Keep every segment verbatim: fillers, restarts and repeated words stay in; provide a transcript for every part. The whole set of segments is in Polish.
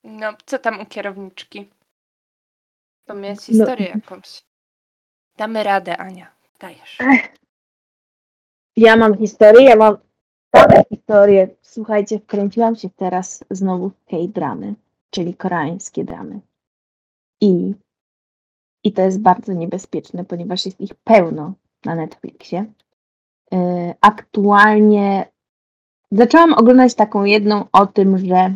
No, co tam u kierowniczki? To mieć No. historię jakąś. Damy radę, Ania. Dajesz. Ech. Ja mam historię, ja mam same historię. Słuchajcie, wkręciłam się teraz znowu w K-dramy, czyli koreańskie dramy. I, I to jest bardzo niebezpieczne, ponieważ jest ich pełno na Netflixie. Yy, aktualnie zaczęłam oglądać taką jedną o tym, że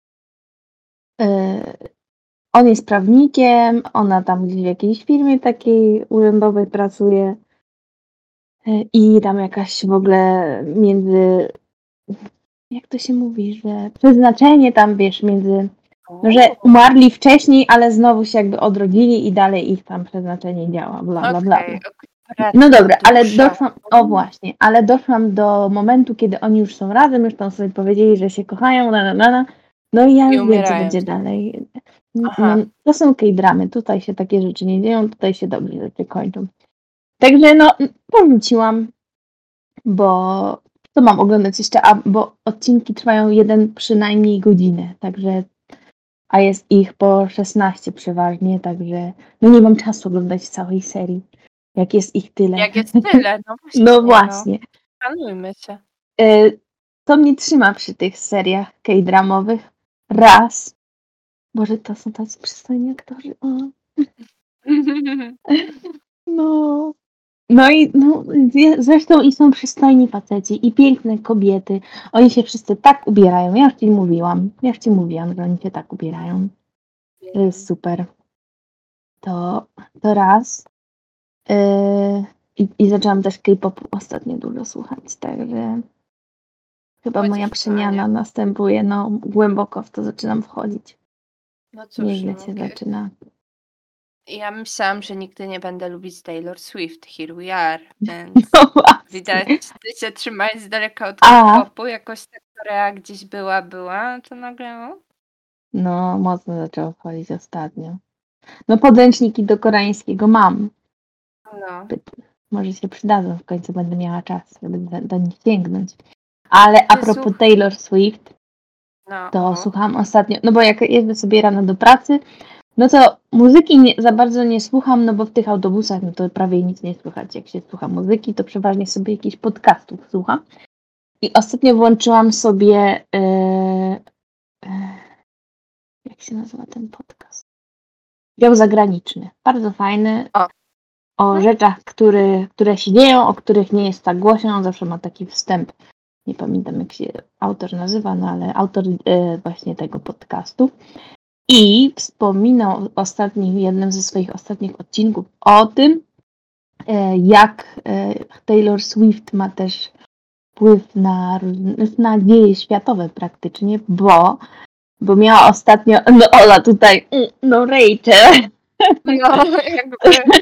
yy, on jest prawnikiem, ona tam gdzieś w jakiejś firmie takiej urzędowej pracuje yy, i tam jakaś w ogóle między, jak to się mówi, że przeznaczenie tam, wiesz, między, no, że umarli wcześniej, ale znowu się jakby odrodzili i dalej ich tam przeznaczenie działa, bla, bla, bla. Okej, No dobra, ale dusza. doszłam, o właśnie, ale doszłam do momentu, kiedy oni już są razem, już tam sobie powiedzieli, że się kochają, na, na, na, na. No i ja I już wiem, co umierają. będzie dalej. No, Aha. to są K-dramy, tutaj się takie rzeczy nie dzieją, tutaj się dobrze rzeczy kończą. Także no, porzuciłam, bo co mam oglądać jeszcze, a bo odcinki trwają jeden przynajmniej godzinę, także, a jest ich po szesnaście przeważnie, także no nie mam czasu oglądać całej serii, jak jest ich tyle. Jak jest tyle, no właśnie. No właśnie. Szanujmy się. Y, To mnie trzyma przy tych seriach K-dramowych. Raz. Boże, to są tacy przystojni aktorzy. O. No. No i no, wie- zresztą i są przystojni faceci i piękne kobiety. Oni się wszyscy tak ubierają. Ja już ci mówiłam. Ja już ci mówiłam, że oni się tak ubierają. To jest super. To, to raz. Y, i, I zaczęłam też K-popu ostatnio dużo słuchać, także chyba Chodzisz moja w to, przemiana Ania. następuje. No, głęboko w to zaczynam wchodzić. No cóż, Nieźle no, się wie- zaczyna. ja myślałam, że nigdy nie będę lubić Taylor Swift. Here we are, więc No właśnie. widać, ty się trzymałeś z daleka od A. K-popu, jakoś ta Korea gdzieś była, była, to nagle o, No, mocno zaczęło wchodzić ostatnio. No, podręczniki do koreańskiego mam. no. Może się przydadzą, w końcu będę miała czas, żeby do, do nich sięgnąć. Ale a Ty propos słuch- Taylor Swift, No, to o. słucham ostatnio, no bo jak jeżdżę sobie rano do pracy, no to muzyki nie, za bardzo nie słucham, no bo w tych autobusach no to prawie nic nie słychać. Jak się słucha muzyki, to przeważnie sobie jakichś podcastów słucham. I ostatnio włączyłam sobie e, e, jak się nazywa ten podcast? Dział zagraniczny. Bardzo fajny. O. O Mhm. rzeczach, które, które się dzieją, o których nie jest tak głośno. On zawsze ma taki wstęp. Nie pamiętam, jak się autor nazywa, no ale autor e, właśnie tego podcastu. I wspominał w ostatnim, jednym ze swoich ostatnich odcinków o tym, e, jak e, Taylor Swift ma też wpływ na, na dzieje światowe praktycznie, bo Bo miała ostatnio, no Ola tutaj, no Rachel. No, jakby.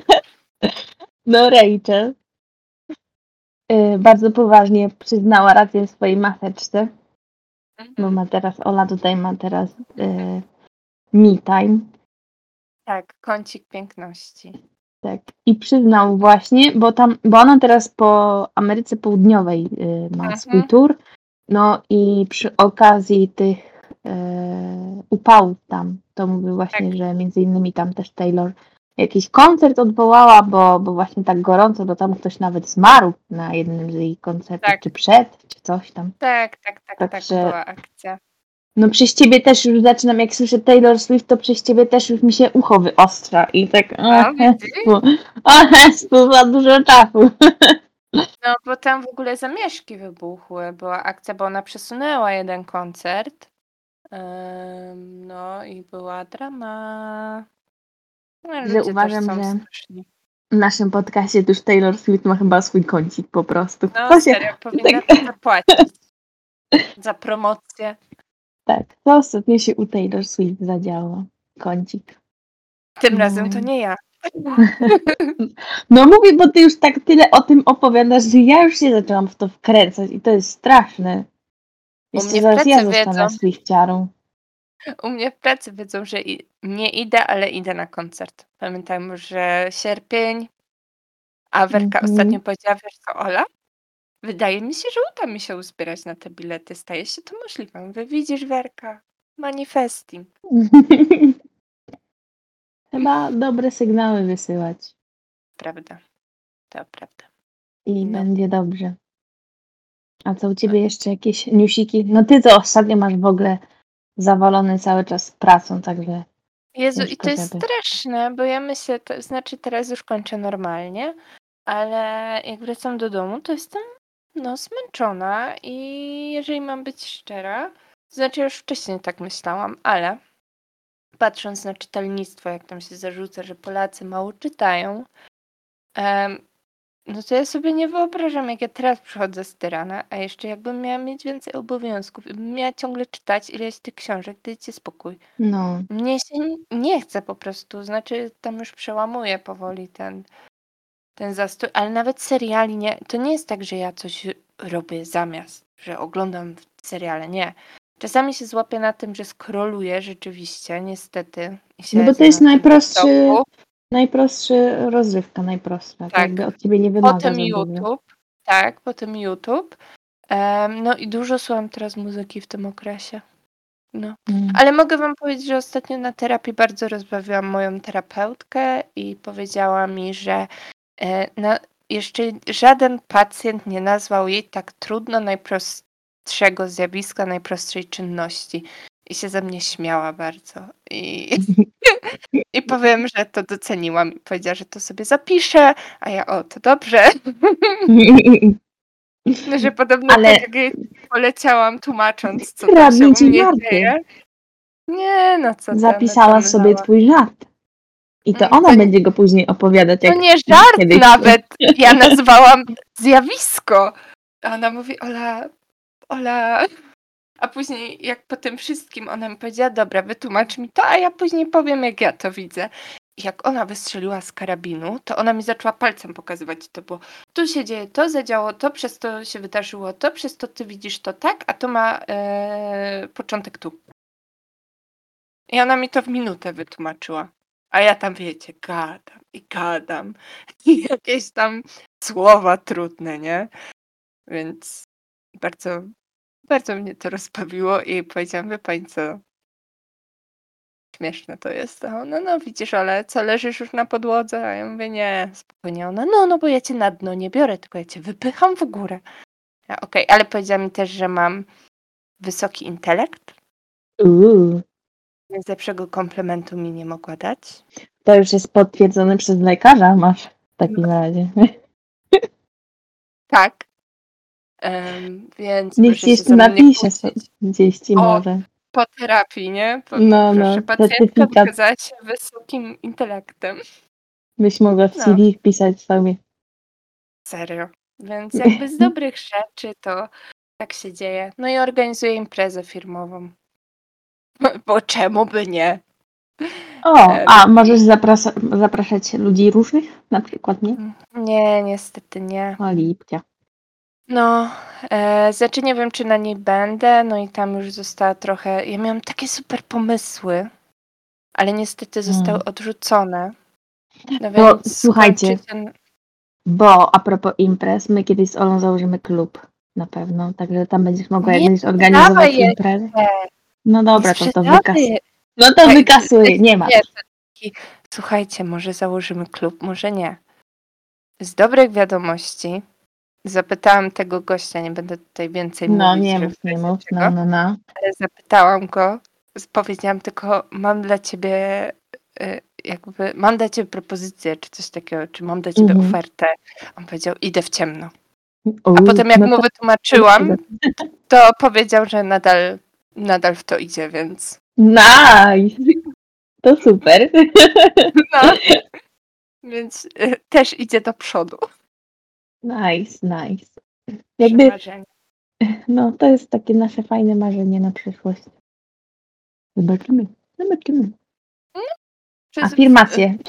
No Rachel. Yy, bardzo poważnie przyznała rację swojej maseczce. Mhm. Bo ma teraz, Ola tutaj ma teraz yy, me time. Tak, kącik piękności. Tak. I przyznał właśnie, bo tam, bo ona teraz po Ameryce Południowej yy, ma Mhm. swój tour. No i przy okazji tych yy, upałów tam, to mówił właśnie, Tak. że między innymi tam też Taylor jakiś koncert odwołała, bo, bo właśnie tak gorąco, bo tam ktoś nawet zmarł na jednym z jej koncertów, Tak. czy przed, czy coś tam. Tak, tak, tak, tak, Także- była akcja. No przez ciebie też już zaczynam, jak słyszę Taylor Swift, to przez ciebie też już mi się ucho wyostrza i tak A, o widzisz? Jezu, o Jezu, za dużo czasu. No, bo tam w ogóle zamieszki wybuchły. Była akcja, bo ona przesunęła jeden koncert. Ym, no i była drama. No, Że ludzie uważam, też są że- straszni. W naszym podcastie to już Taylor Swift ma chyba swój kącik po prostu. No To się- serio, powinna tak, zapłacić za promocję. tak, to ostatnio się u Taylor Swift zadziało. Kącik. Tym No. razem to nie ja. No mówię, bo ty już tak tyle o tym opowiadasz, że ja już się zaczęłam w to wkręcać i to jest straszne. Jeszcze mnie w zaraz ja pracy zostanę wiedzą. Swiftiarą. U mnie w pracy wiedzą, że i nie idę, ale idę na koncert. Pamiętam, że sierpień, a Werka Mhm. ostatnio powiedziała, wiesz co, Ola? Wydaje mi się, że uda mi się uzbierać na te bilety. Staje się to możliwe. Mówię, widzisz, Werka, manifesting. Trzeba dobre sygnały wysyłać Prawda. To prawda. i No. będzie dobrze. A co u ciebie jeszcze jakieś newsiki? No ty to ostatnio masz w ogóle zawalony cały czas pracą, także Jezu, i ciężko, to jest żeby... straszne, bo ja myślę, to znaczy teraz już kończę normalnie, ale jak wracam do domu, to jestem no zmęczona i jeżeli mam być szczera, to znaczy już wcześniej tak myślałam, ale patrząc na czytelnictwo, jak tam się zarzuca, że Polacy mało czytają, em, no to ja sobie nie wyobrażam, jak ja teraz przychodzę z tyrana, a jeszcze jakbym miała mieć więcej obowiązków i bym miała ciągle czytać ileś tych książek, dajcie spokój. No, Mnie się n- nie chce po prostu, znaczy tam już przełamuję powoli ten, ten zastój, ale nawet seriali nie, to nie jest tak, że ja coś robię zamiast, że oglądam seriale, nie. Czasami się złapię na tym, że scrolluję rzeczywiście, niestety. I no bo to siedzę jest na tym najprostszy, TikToku. najprostszy rozrywka, najprostsza. To Tak. jakby od ciebie nie wymaga Potem za dużo. YouTube, tak, potem YouTube. Em, no i dużo słucham teraz muzyki w tym okresie. No. Mm. Ale mogę wam powiedzieć, że ostatnio na terapii bardzo rozbawiłam moją terapeutkę i powiedziała mi, że e, na, jeszcze żaden pacjent nie nazwał jej tak trudno najprostszego zjawiska, najprostszej czynności. I się ze mnie śmiała bardzo. I, i powiem, że to doceniłam. I powiedziała, że to sobie zapiszę, a ja o, to dobrze. No, że podobno Ale tak jak jej poleciałam tłumacząc, co tam się kradnie u ci mnie żarty. dzieje. Nie, no co ty, Zapisała ona sobie tamywała. twój żart. I to Mm, ona to nie- będzie go później opowiadać, To jak nie żart kiedyś. nawet, ja nazwałam zjawisko. A ona mówi, Ola, Ola... A później jak po tym wszystkim ona mi powiedziała, dobra, wytłumacz mi to, a ja później powiem, jak ja to widzę. I jak ona wystrzeliła z karabinu, to ona mi zaczęła palcem pokazywać, to było, tu się dzieje to, zadziało to, przez to się wydarzyło to, przez to ty widzisz to tak, a to ma e, początek tu. I ona mi to w minutę wytłumaczyła. A ja tam, wiecie, gadam i gadam. I jakieś tam słowa trudne, nie? Więc bardzo, bardzo mnie to rozbawiło i powiedziałam, wie pani co, śmieszne to jest. A ona, no widzisz, ale co, leżysz już na podłodze? A ja mówię, nie, spokojnie. Ona, no, no bo ja cię na dno nie biorę, tylko ja cię wypycham w górę. Ja, okej, ale powiedziała mi też, że mam wysoki intelekt, Uuu, więc lepszego komplementu mi nie mogła dać. to już jest potwierdzone przez lekarza, masz w takim razie. Tak. Em, więc Niech proszę ci się jeszcze ze mną nie napisze sobie kłócić. gdzieś ci O, może. po terapii, nie? Po, No, proszę, no, pacjentka certyfikat. wykazała się wysokim intelektem. Byś mogła w No. C V wpisać sobie. Serio. Więc jakby z dobrych rzeczy to tak się dzieje. No i organizuję imprezę firmową. Bo, bo czemu by nie? O, Em, a możesz zaprasa- zapraszać ludzi różnych? Na przykład nie? Nie, niestety nie. O, lipcia. No, e, znaczy nie wiem, czy na niej będę, no i tam już została trochę... Ja miałam takie super pomysły, ale niestety zostały Mm. odrzucone. No To więc słuchajcie, skończycie... bo a propos imprez, my kiedyś z Olą założymy klub na pewno, także tam będziesz mogła, jak Nie będziesz organizować sprzedawaj imprezę. jeszcze. No dobra, Nie to to sprzedawaj. wykasuj. No to Tak, wykasuj, nie ma. nie, to taki, słuchajcie, może założymy klub, może nie. Z dobrych wiadomości zapytałam tego gościa, nie będę tutaj więcej No mówić, nie że mów, w nie razie mów, czego, no, no, no. ale zapytałam go, powiedziałam tylko, mam dla ciebie y, jakby, mam dla ciebie propozycję, czy coś takiego, czy mam dla ciebie Mhm. ofertę. On powiedział, idę w ciemno. U, A potem jak no mu to, wytłumaczyłam, to powiedział, że nadal, nadal w to idzie, więc nice! To super. no, więc y, też idzie do przodu. Nice, nice. Nasze Jakby, marzenie. no to jest takie nasze fajne marzenie na przyszłość. Zobaczymy, zobaczymy. Przez- Afirmacje.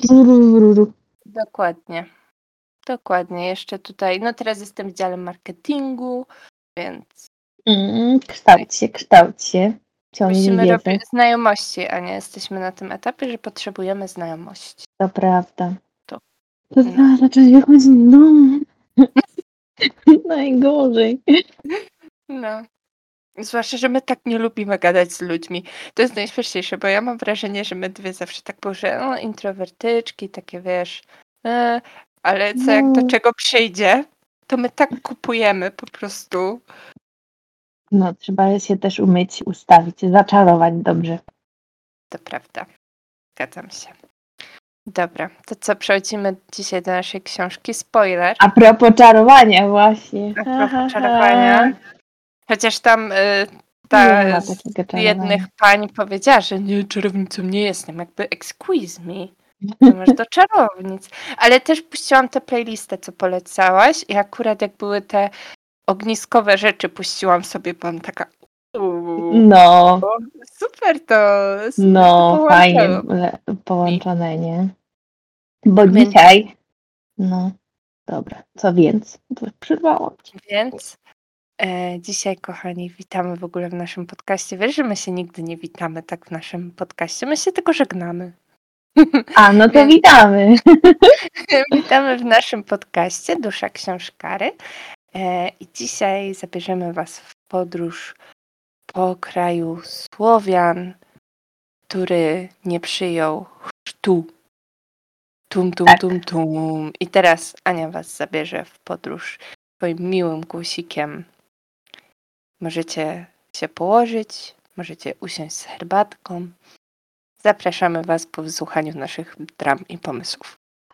Dokładnie. Dokładnie. Jeszcze tutaj, no teraz jestem w dziale marketingu, więc Mm, kształć się, kształć się. Ciągnij musimy wiedzę. robić znajomości, a nie jesteśmy na tym etapie, że potrzebujemy znajomości. To prawda. To- To no. trzeba zacząć wychodzić z domu. Najgorzej. No. Zwłaszcza, że my tak nie lubimy gadać z ludźmi. To jest najśmieszniejsze, bo ja mam wrażenie, że my dwie zawsze tak było, że o, introwertyczki, takie wiesz, e, ale co jak do No, czego przyjdzie, to my tak kupujemy po prostu. no, trzeba się też umieć ustawić, zaczarować dobrze. To prawda. Zgadzam się. Dobra, to co, przechodzimy dzisiaj do naszej książki. Spoiler. A propos czarowania właśnie. A Ha, ha, propos ha. czarowania. Chociaż tam y, ta Nie ma z takiego czarowania. jednych pań powiedziała, że nie, czarownicą nie jestem. Jakby excuse me. To masz do czarownic. Ale też puściłam tę playlistę, co polecałaś i akurat jak były te ogniskowe rzeczy, puściłam sobie, byłam taka uuu, No, super to, super to no, fajnie połączyło. le- połączone, nie? Bo Więc- dzisiaj, no, dobra, co więc? To Przerwało cię. Więc e, dzisiaj, kochani, witamy w ogóle w naszym podcaście. Wiesz, że my się nigdy nie witamy tak w naszym podcaście, my się tylko żegnamy. A, no to Więc- witamy. Witamy w naszym podcaście Dusza Książkary e, i dzisiaj zabierzemy Was w podróż po kraju Słowian, który nie przyjął chrztu. Tum, tum, Tak. tum, tum. I teraz Ania Was zabierze w podróż swoim miłym głosikiem. Możecie się położyć, możecie usiąść z herbatką. Zapraszamy Was po wysłuchaniu naszych dram i pomysłów.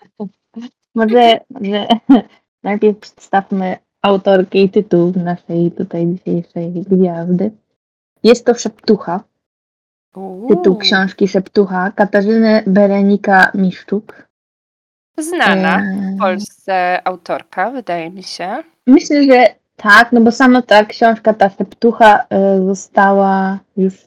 Może, może najpierw przedstawmy autorkę i tytuł naszej tutaj dzisiejszej gwiazdy. Jest to Szeptucha. Tytuł Uuu, książki Szeptucha Katarzyny Berenika Miszczuk. znana Eee, w Polsce autorka, wydaje mi się. Myślę, że tak, no bo sama ta książka, ta Szeptucha e, została już,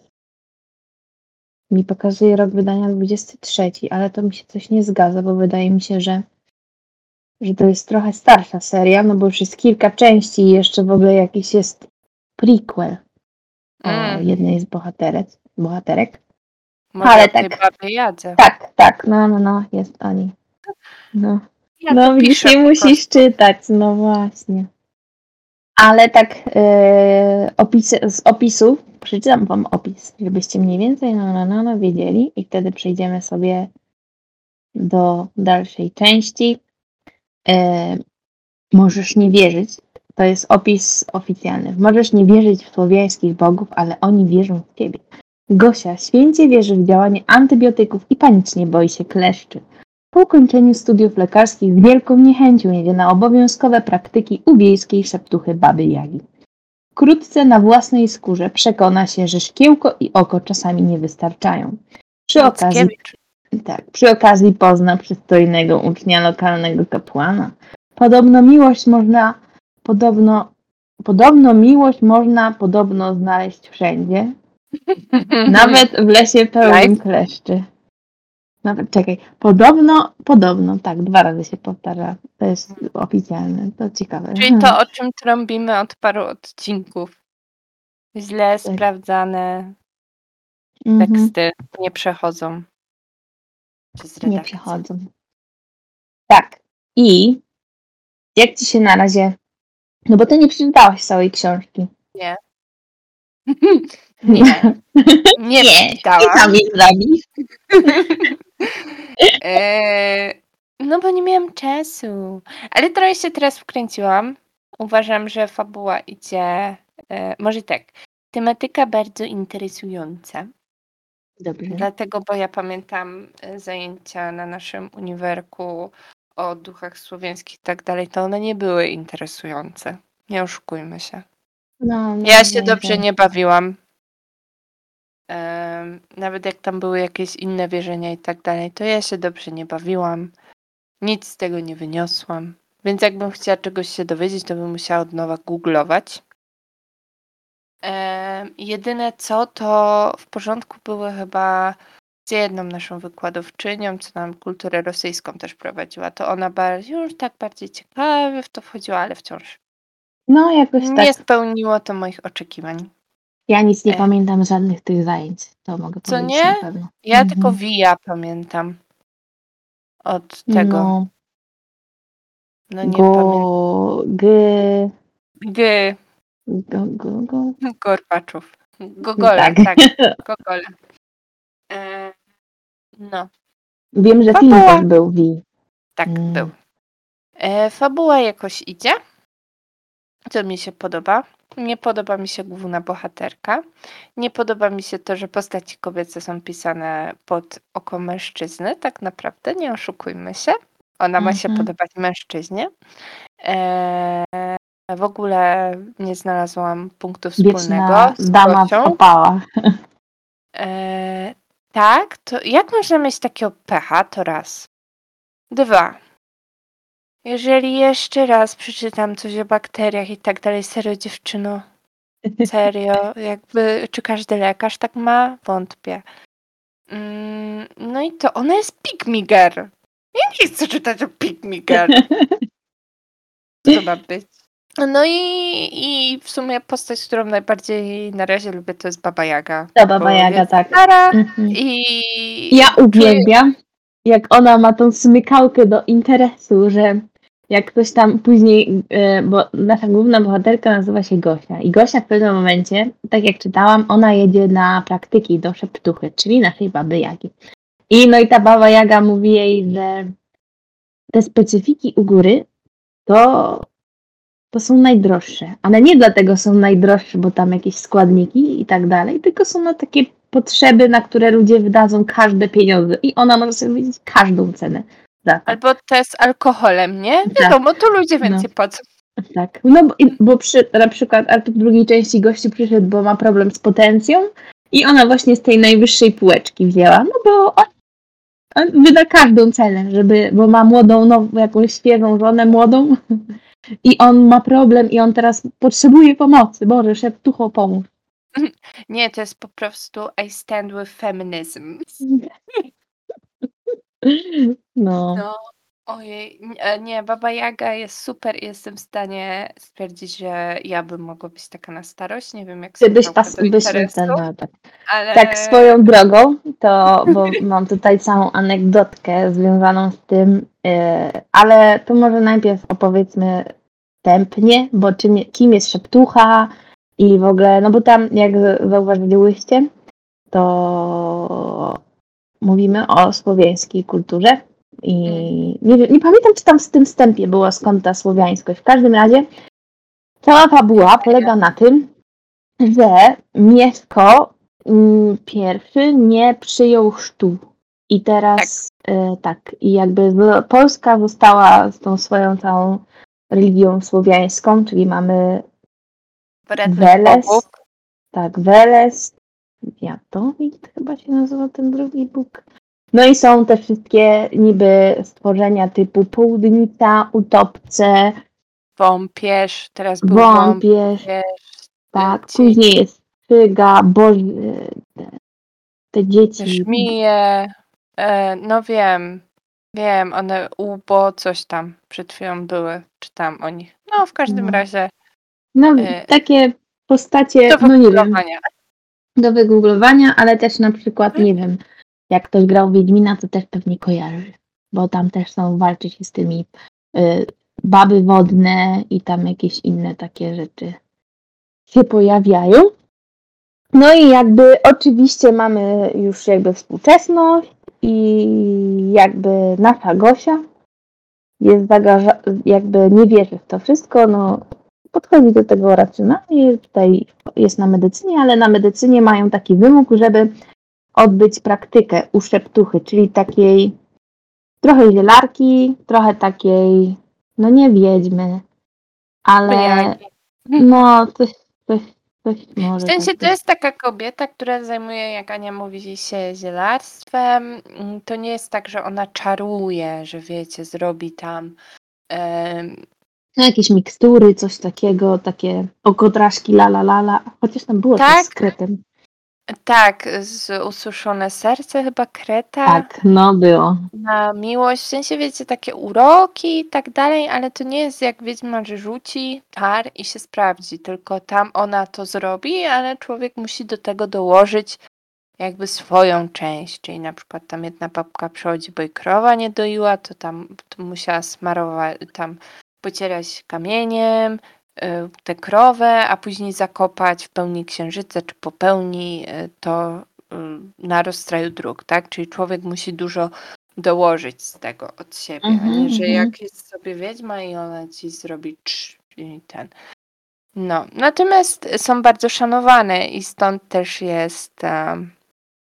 mi pokazuje rok wydania dwudziesty trzeci, ale to mi się coś nie zgadza, bo wydaje mi się, że, że to jest trochę starsza seria, no bo już jest kilka części i jeszcze w ogóle jakiś jest prequel o Mm, jednej z bohaterek. bohaterek. może ale o tej tak. babie Jadze. Tak, tak, no, no, no, jest oni. No, Ja no to widzisz, piszę nie po musisz czytać, no właśnie. Ale tak e, opisy, z opisu, przeczytam wam opis, żebyście mniej więcej no, no, no, no wiedzieli i wtedy przejdziemy sobie do dalszej części. E, możesz nie wierzyć, to jest opis oficjalny. Możesz nie wierzyć w słowiańskich bogów, ale oni wierzą w ciebie. Gosia święcie wierzy w działanie antybiotyków i panicznie boi się kleszczy. Po ukończeniu studiów lekarskich z wielką niechęcią jedzie na obowiązkowe praktyki u wiejskiej szeptuchy baby Jagi. Wkrótce na własnej skórze przekona się, że szkiełko i oko czasami nie wystarczają. Przy okazji, Mickiewicz. tak, przy okazji pozna przystojnego ucznia lokalnego kapłana. Podobno miłość można, podobno, podobno miłość można podobno znaleźć wszędzie, nawet w lesie pełnym Nice. kleszczy. Nawet, czekaj, podobno, podobno, tak, dwa razy się powtarza. To jest oficjalne, to ciekawe. Czyli to, o czym trąbimy od paru odcinków. Źle sprawdzane Mhm, teksty nie przechodzą przez nie redakcję. przechodzą. Tak. I jak ci się na razie... No bo ty nie przeczytałaś całej książki. Nie. Nie. Nie I przeczytałam. tam ich zrobisz. Eee, no bo nie miałam czasu. Ale trochę się teraz wkręciłam. Uważam, że fabuła idzie... E, może tak. Tematyka bardzo interesująca. Dobrze. Dlatego, bo ja pamiętam e, zajęcia na naszym uniwerku o duchach słowiańskich i tak dalej, to one nie były interesujące. Nie oszukujmy się. No, no, Ja się nie, dobrze nie. nie bawiłam. Em, nawet jak tam były jakieś inne wierzenia i tak dalej, to ja się dobrze nie bawiłam. Nic z tego nie wyniosłam. Więc jakbym chciała czegoś się dowiedzieć, to bym musiała od nowa googlować. Em, jedyne co, to w porządku były chyba z jedną naszą wykładowczynią, co nam kulturę rosyjską też prowadziła. To ona bardziej, już tak bardziej ciekawie w to wchodziła, ale wciąż No, jakoś nie tak. spełniło to moich oczekiwań. Ja nic nie E, pamiętam z żadnych tych zajęć. To mogę Co powiedzieć nie? na pewno. Ja Mhm. tylko Via pamiętam. Od tego. No, No nie pamiętam. go... G... G. Go, go, go. Gorbaczów. Gogole, Tak. tak. Gogole. E, no. Wiem, że film Fabuła. też był Wi. Tak, Mm. był. E, fabuła jakoś idzie. Co mi się podoba? Nie podoba mi się główna bohaterka. Nie podoba mi się to, że postaci kobiece są pisane pod oko mężczyzny. Tak naprawdę, nie oszukujmy się. Ona ma się Mhm. podobać mężczyźnie. E, w ogóle nie znalazłam punktu wspólnego Wieczna z dama w Gosią. opałach. E, tak, to jak można mieć takiego pecha? To raz. Dwa. Jeżeli jeszcze raz przeczytam coś o bakteriach i tak dalej, serio dziewczyno, serio, jakby, czy każdy lekarz tak ma? Wątpię. Mm, no i to, ona jest pygmiger. Ja nie chcę czytać o pygmiger. Co to ma być? No i, i w sumie postać, którą najbardziej na razie lubię, to jest Baba Jaga. To Baba bo Jaga, jest tak. stara Mhm. i Ja czuję, uwielbiam, jak ona ma tą smykałkę do interesu, że jak ktoś tam później, e, bo nasza główna bohaterka nazywa się Gosia i Gosia w pewnym momencie, tak jak czytałam, ona jedzie na praktyki do Szeptuchy, czyli naszej Baby Jagi. I no i ta Baba Jaga mówi jej, że te specyfiki u góry to, to są najdroższe, ale nie dlatego są najdroższe, bo tam jakieś składniki i tak dalej, tylko są na takie potrzeby, na które ludzie wydadzą każde pieniądze i ona może sobie wiedzieć każdą cenę za to. albo to z alkoholem, nie? Tak. Wiadomo, to ludzie No. więcej płacą. Tak, no bo, i- bo przy, na przykład Artur w drugiej części gościu przyszedł, bo ma problem z potencją i ona właśnie z tej najwyższej półeczki wzięła, no bo on, on wyda każdą cenę, żeby, bo ma młodą, nową, jakąś świeżą żonę młodą i on ma problem i on teraz potrzebuje pomocy. Boże, Szeptucho, pomóż. Nie, to jest po prostu I stand with feminism. No. No, ojej, nie, nie, Baba Jaga jest super i jestem w stanie stwierdzić, że ja bym mogła być taka na starość. Nie wiem, jak Ty byś smykałka pas, do byś interesu, ten, no, tak. ale Tak swoją drogą, to bo mam tutaj całą anegdotkę związaną z tym, yy, ale to może najpierw opowiedzmy wstępnie, bo czym, kim jest Szeptucha i w ogóle, no bo tam jak zauważyłyście, to mówimy o słowiańskiej kulturze i nie, wiem, nie pamiętam, czy tam w tym wstępie było skąd ta słowiańskość. W każdym razie cała fabuła polega na tym, że Mieszko mm, pierwszy nie przyjął chrztu. I teraz tak, y, tak i jakby z- Polska została z tą swoją całą religią słowiańską, czyli mamy wrednych Weles, bogów. tak, Weles, Jatowit chyba się nazywa ten drugi bóg. No i są te wszystkie niby stworzenia typu Południca, Utopce, Wąpierz, teraz był Wąpierz, wąpierz, tak, ci później jest Szyga, Boży, te, te dzieci. żmije, e, no wiem, wiem, one ubo, coś tam przed chwilą były, czytam o nich. No, w każdym No. razie No, e, takie postacie, do no nie wiem, wygooglowania. do wygooglowania, ale też na przykład, Mhm. nie wiem, jak ktoś grał Wiedźmina, to też pewnie kojarzy, bo tam też są, walczy się z tymi y, baby wodne i tam jakieś inne takie rzeczy się pojawiają. No i jakby oczywiście mamy już jakby współczesność i jakby nasza Gosia jest zagarza, jakby nie wierzy w to wszystko, no podchodzi do tego racjonalnie, tutaj jest na medycynie, ale na medycynie mają taki wymóg, żeby odbyć praktykę u Szeptuchy, czyli takiej trochę zielarki, trochę takiej, no nie wiedźmy, ale Bajagi. no coś, coś, coś W może sensie tak to jest taka kobieta, która zajmuje, jak Ania mówi, się zielarstwem. Mm, To nie jest tak, że ona czaruje, że wiecie, zrobi tam em, no, jakieś mikstury, coś takiego, takie okodrażki, la la la la, chociaż tam było coś tak, z kretem. tak, z ususzone serce chyba kreta Tak, no było. na miłość, w sensie wiecie, takie uroki i tak dalej, ale to nie jest jak wiedźma, że rzuci czar i się sprawdzi, tylko tam ona to zrobi, ale człowiek musi do tego dołożyć jakby swoją część, czyli na przykład tam jedna babka przychodzi, bo jej krowa nie doiła, to tam to musiała smarować, tam pocierać kamieniem, tę krowę, a później zakopać w pełni księżyca, czy po pełni to na rozstraju dróg, tak? Czyli człowiek musi dużo dołożyć z tego od siebie, Mhm, a nie, że mhm. jak jest sobie wiedźma i ona ci zrobi cz, i ten. No, natomiast są bardzo szanowane i stąd też jest um,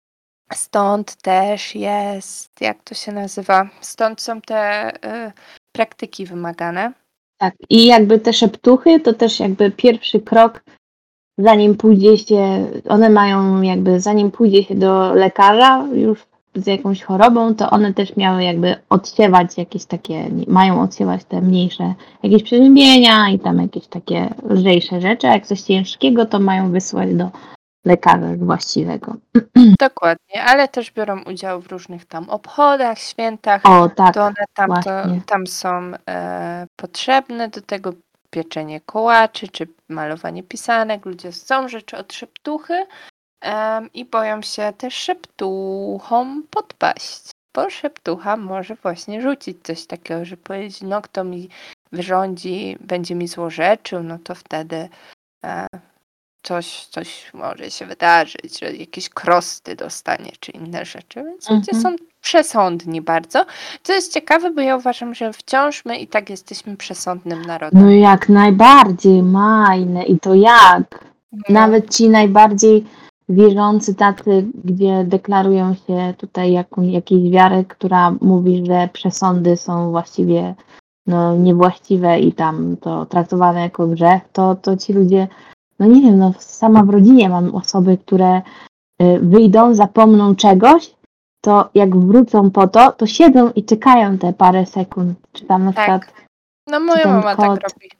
stąd też jest, jak to się nazywa, stąd są te y, praktyki wymagane. Tak, i jakby te szeptuchy to też jakby pierwszy krok, zanim pójdzie się, one mają jakby, zanim pójdzie się do lekarza już z jakąś chorobą, to one też miały jakby odsiewać jakieś takie, mają odsiewać te mniejsze jakieś przeziębienia i tam jakieś takie lżejsze rzeczy, a jak coś ciężkiego, to mają wysłać do lekarza właściwego. Dokładnie, ale też biorą udział w różnych tam obchodach, świętach, O, tak, to one tam, to, właśnie. tam są e, potrzebne do tego pieczenie kołaczy, czy malowanie pisanek. Ludzie chcą rzeczy od szeptuchy em, i boją się też szeptuchom podpaść, bo szeptucha może właśnie rzucić coś takiego, że powiedzieć, no kto mi wyrządzi, będzie mi złorzeczył, no to wtedy e, coś, coś może się wydarzyć, że jakieś krosty dostanie, czy inne rzeczy, więc ludzie Mhm. są przesądni bardzo. Co jest ciekawe, bo ja uważam, że wciąż my i tak jesteśmy przesądnym narodem. No jak najbardziej, Majne, i to jak? No. Nawet ci najbardziej wierzący tacy, gdzie deklarują się tutaj jaką, jakąś wiarę, która mówi, że przesądy są właściwie no, niewłaściwe i tam to traktowane jako grzech, to, to ci ludzie, no nie wiem, no sama w rodzinie mam osoby, które y, wyjdą, zapomną czegoś, to jak wrócą po to, to siedzą i czekają te parę sekund, czy tam na Tak. przykład No moja ten mama kod. tak robi.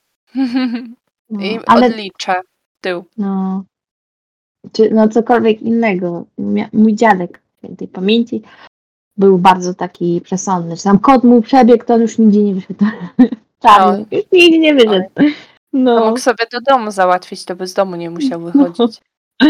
No, I ale odlicza w tył. no, czy no cokolwiek innego. Mia- Mój dziadek świętej pamięci był bardzo taki przesądny. Czy tam kot mu przebiegł, to on już nigdzie nie wyszedł. Czarny, już nigdzie nie wyszedł. To No, mógł sobie do domu załatwić, to by z domu nie musiał no. wychodzić.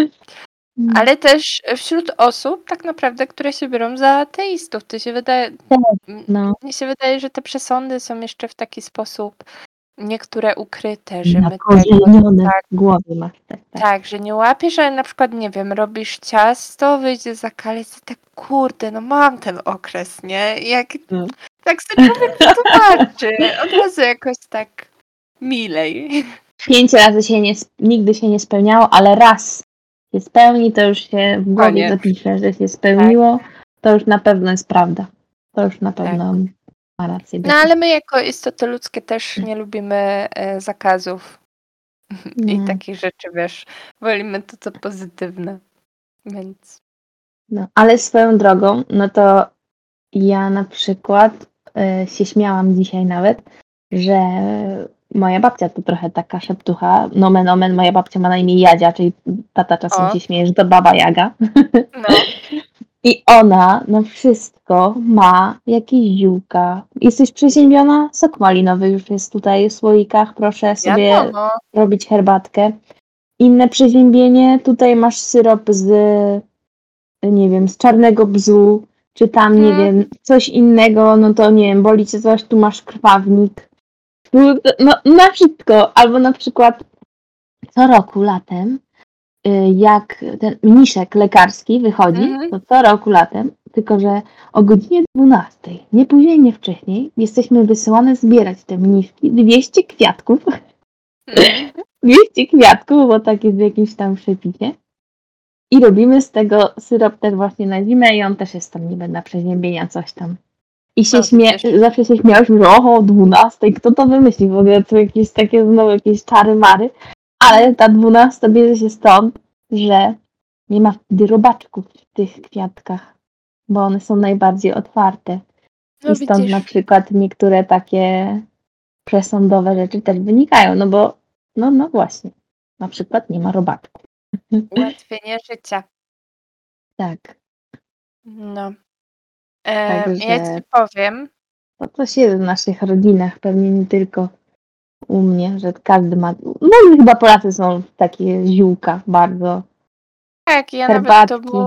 Ale też wśród osób tak naprawdę, które się biorą za ateistów, to się wydaje, No. mnie się wydaje, że te przesądy są jeszcze w taki sposób niektóre ukryte, że my tego Nakorzenione tak, w głowie masz. Tak, tak. tak, że nie łapiesz, ale na przykład, nie wiem, robisz ciasto, wyjdzie za kalec i tak, kurde, no mam ten okres, nie? I jak No. tak sobie człowiek wytłumaczy, od razu jakoś tak milej. Pięć razy się nie, sp- nigdy się nie spełniało, ale raz się spełni, to już się w głowie Koniec. zapisze, że się spełniło, to już na pewno jest prawda. To już na Tak. pewno ma rację. No ale my jako istoty ludzkie też nie lubimy e, zakazów i Nie. takich rzeczy, wiesz, wolimy to, co pozytywne, więc No, ale swoją drogą, no to ja na przykład y, się śmiałam dzisiaj nawet, że moja babcia to trochę taka szeptucha, nomen omen, moja babcia ma na imię Jadzia, czyli tata czasem O. się śmieje, że to baba Jaga. no, I ona na wszystko ma jakieś ziółka. Jesteś przeziębiona? Sok malinowy już jest tutaj w słoikach, proszę sobie wiadomo. robić herbatkę. Inne przeziębienie, tutaj masz syrop z, nie wiem, z czarnego bzu, czy tam, nie Mhm. wiem, coś innego, no to nie wiem, boli cię coś, tu masz krwawnik. Tu, no, na wszystko. Albo na przykład co roku latem, y, jak ten mniszek lekarski wychodzi, Mhm. to co roku latem, tylko że o godzinie dwunastej, nie później, nie wcześniej, jesteśmy wysyłane zbierać te mniszki, dwieście kwiatków, Mhm. dwieście kwiatków, bo tak jest w jakimś tam przepisie. I robimy z tego syrop też właśnie na zimę i on też jest tam niby na przeziębienia, coś tam. I się No, śmie- widzisz. zawsze się śmiałyśmy, że oho, o dwunastej, kto to wymyśli w ogóle, to jakieś takie znowu jakieś czary mary. Ale ta dwunasta bierze się stąd, że nie ma wtedy robaczków w tych kwiatkach, bo one są najbardziej otwarte. No I stąd widzisz. na przykład niektóre takie przesądowe rzeczy też wynikają, no bo, no, no właśnie, na przykład nie ma robaczków. Ułatwienie życia. Tak, No. E, Także- Ja ci powiem, to coś jest w naszych rodzinach, pewnie nie tylko u mnie, że każdy ma, no chyba Polacy są takie ziółka bardzo. tak, ja nawet Herbatki. to było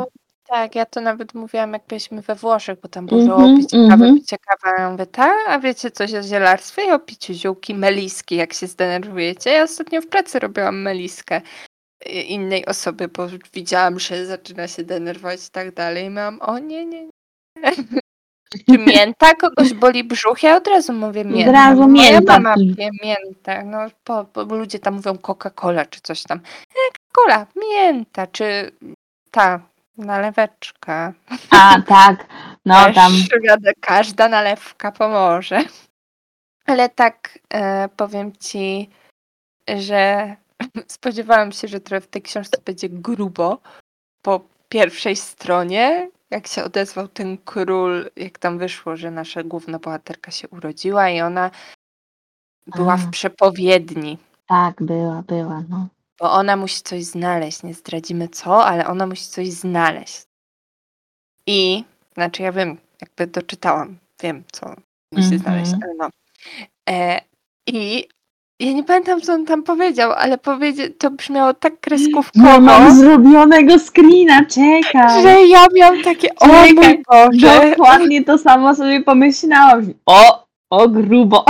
Tak, ja to nawet mówiłam, jak byliśmy we Włoszech, bo tam było, że o, Mhm, picie kawy, mhm. picie kawy. A ja mówię, tak, a wiecie coś o zielarstwie i o piciu ziółki, meliski, jak się zdenerwujecie. Ja ostatnio w pracy robiłam meliskę i- innej osoby, bo widziałam, że zaczyna się denerwować i tak dalej. I miałam, o nie, nie, nie. Czy mięta? Kogoś boli brzuch? Ja od razu mówię Od mięta, razu bo moja mięta. mama pije miętę. No, bo, bo ludzie tam mówią Coca-Cola czy coś tam. E, Coca-Cola, mięta, czy ta naleweczka. A, tak. No tam. Też radę, każda nalewka pomoże. Ale tak e, powiem ci, że spodziewałam się, że trochę w tej książce będzie grubo. Po pierwszej stronie, jak się odezwał ten król, jak tam wyszło, że nasza główna bohaterka się urodziła i ona była w A, przepowiedni, tak, była, była, no. bo ona musi coś znaleźć. Nie zdradzimy co, ale ona musi coś znaleźć. I, znaczy ja wiem, jakby doczytałam, wiem co musi znaleźć, Mhm. ale no. E, I ja nie pamiętam, co on tam powiedział, ale powiedzie, to brzmiało tak No kreskówkowo, mam zrobionego screena, czekaj. że ja miałam takie, o mój Czekaj, Boże. dokładnie to samo sobie pomyślałam. O, o grubo.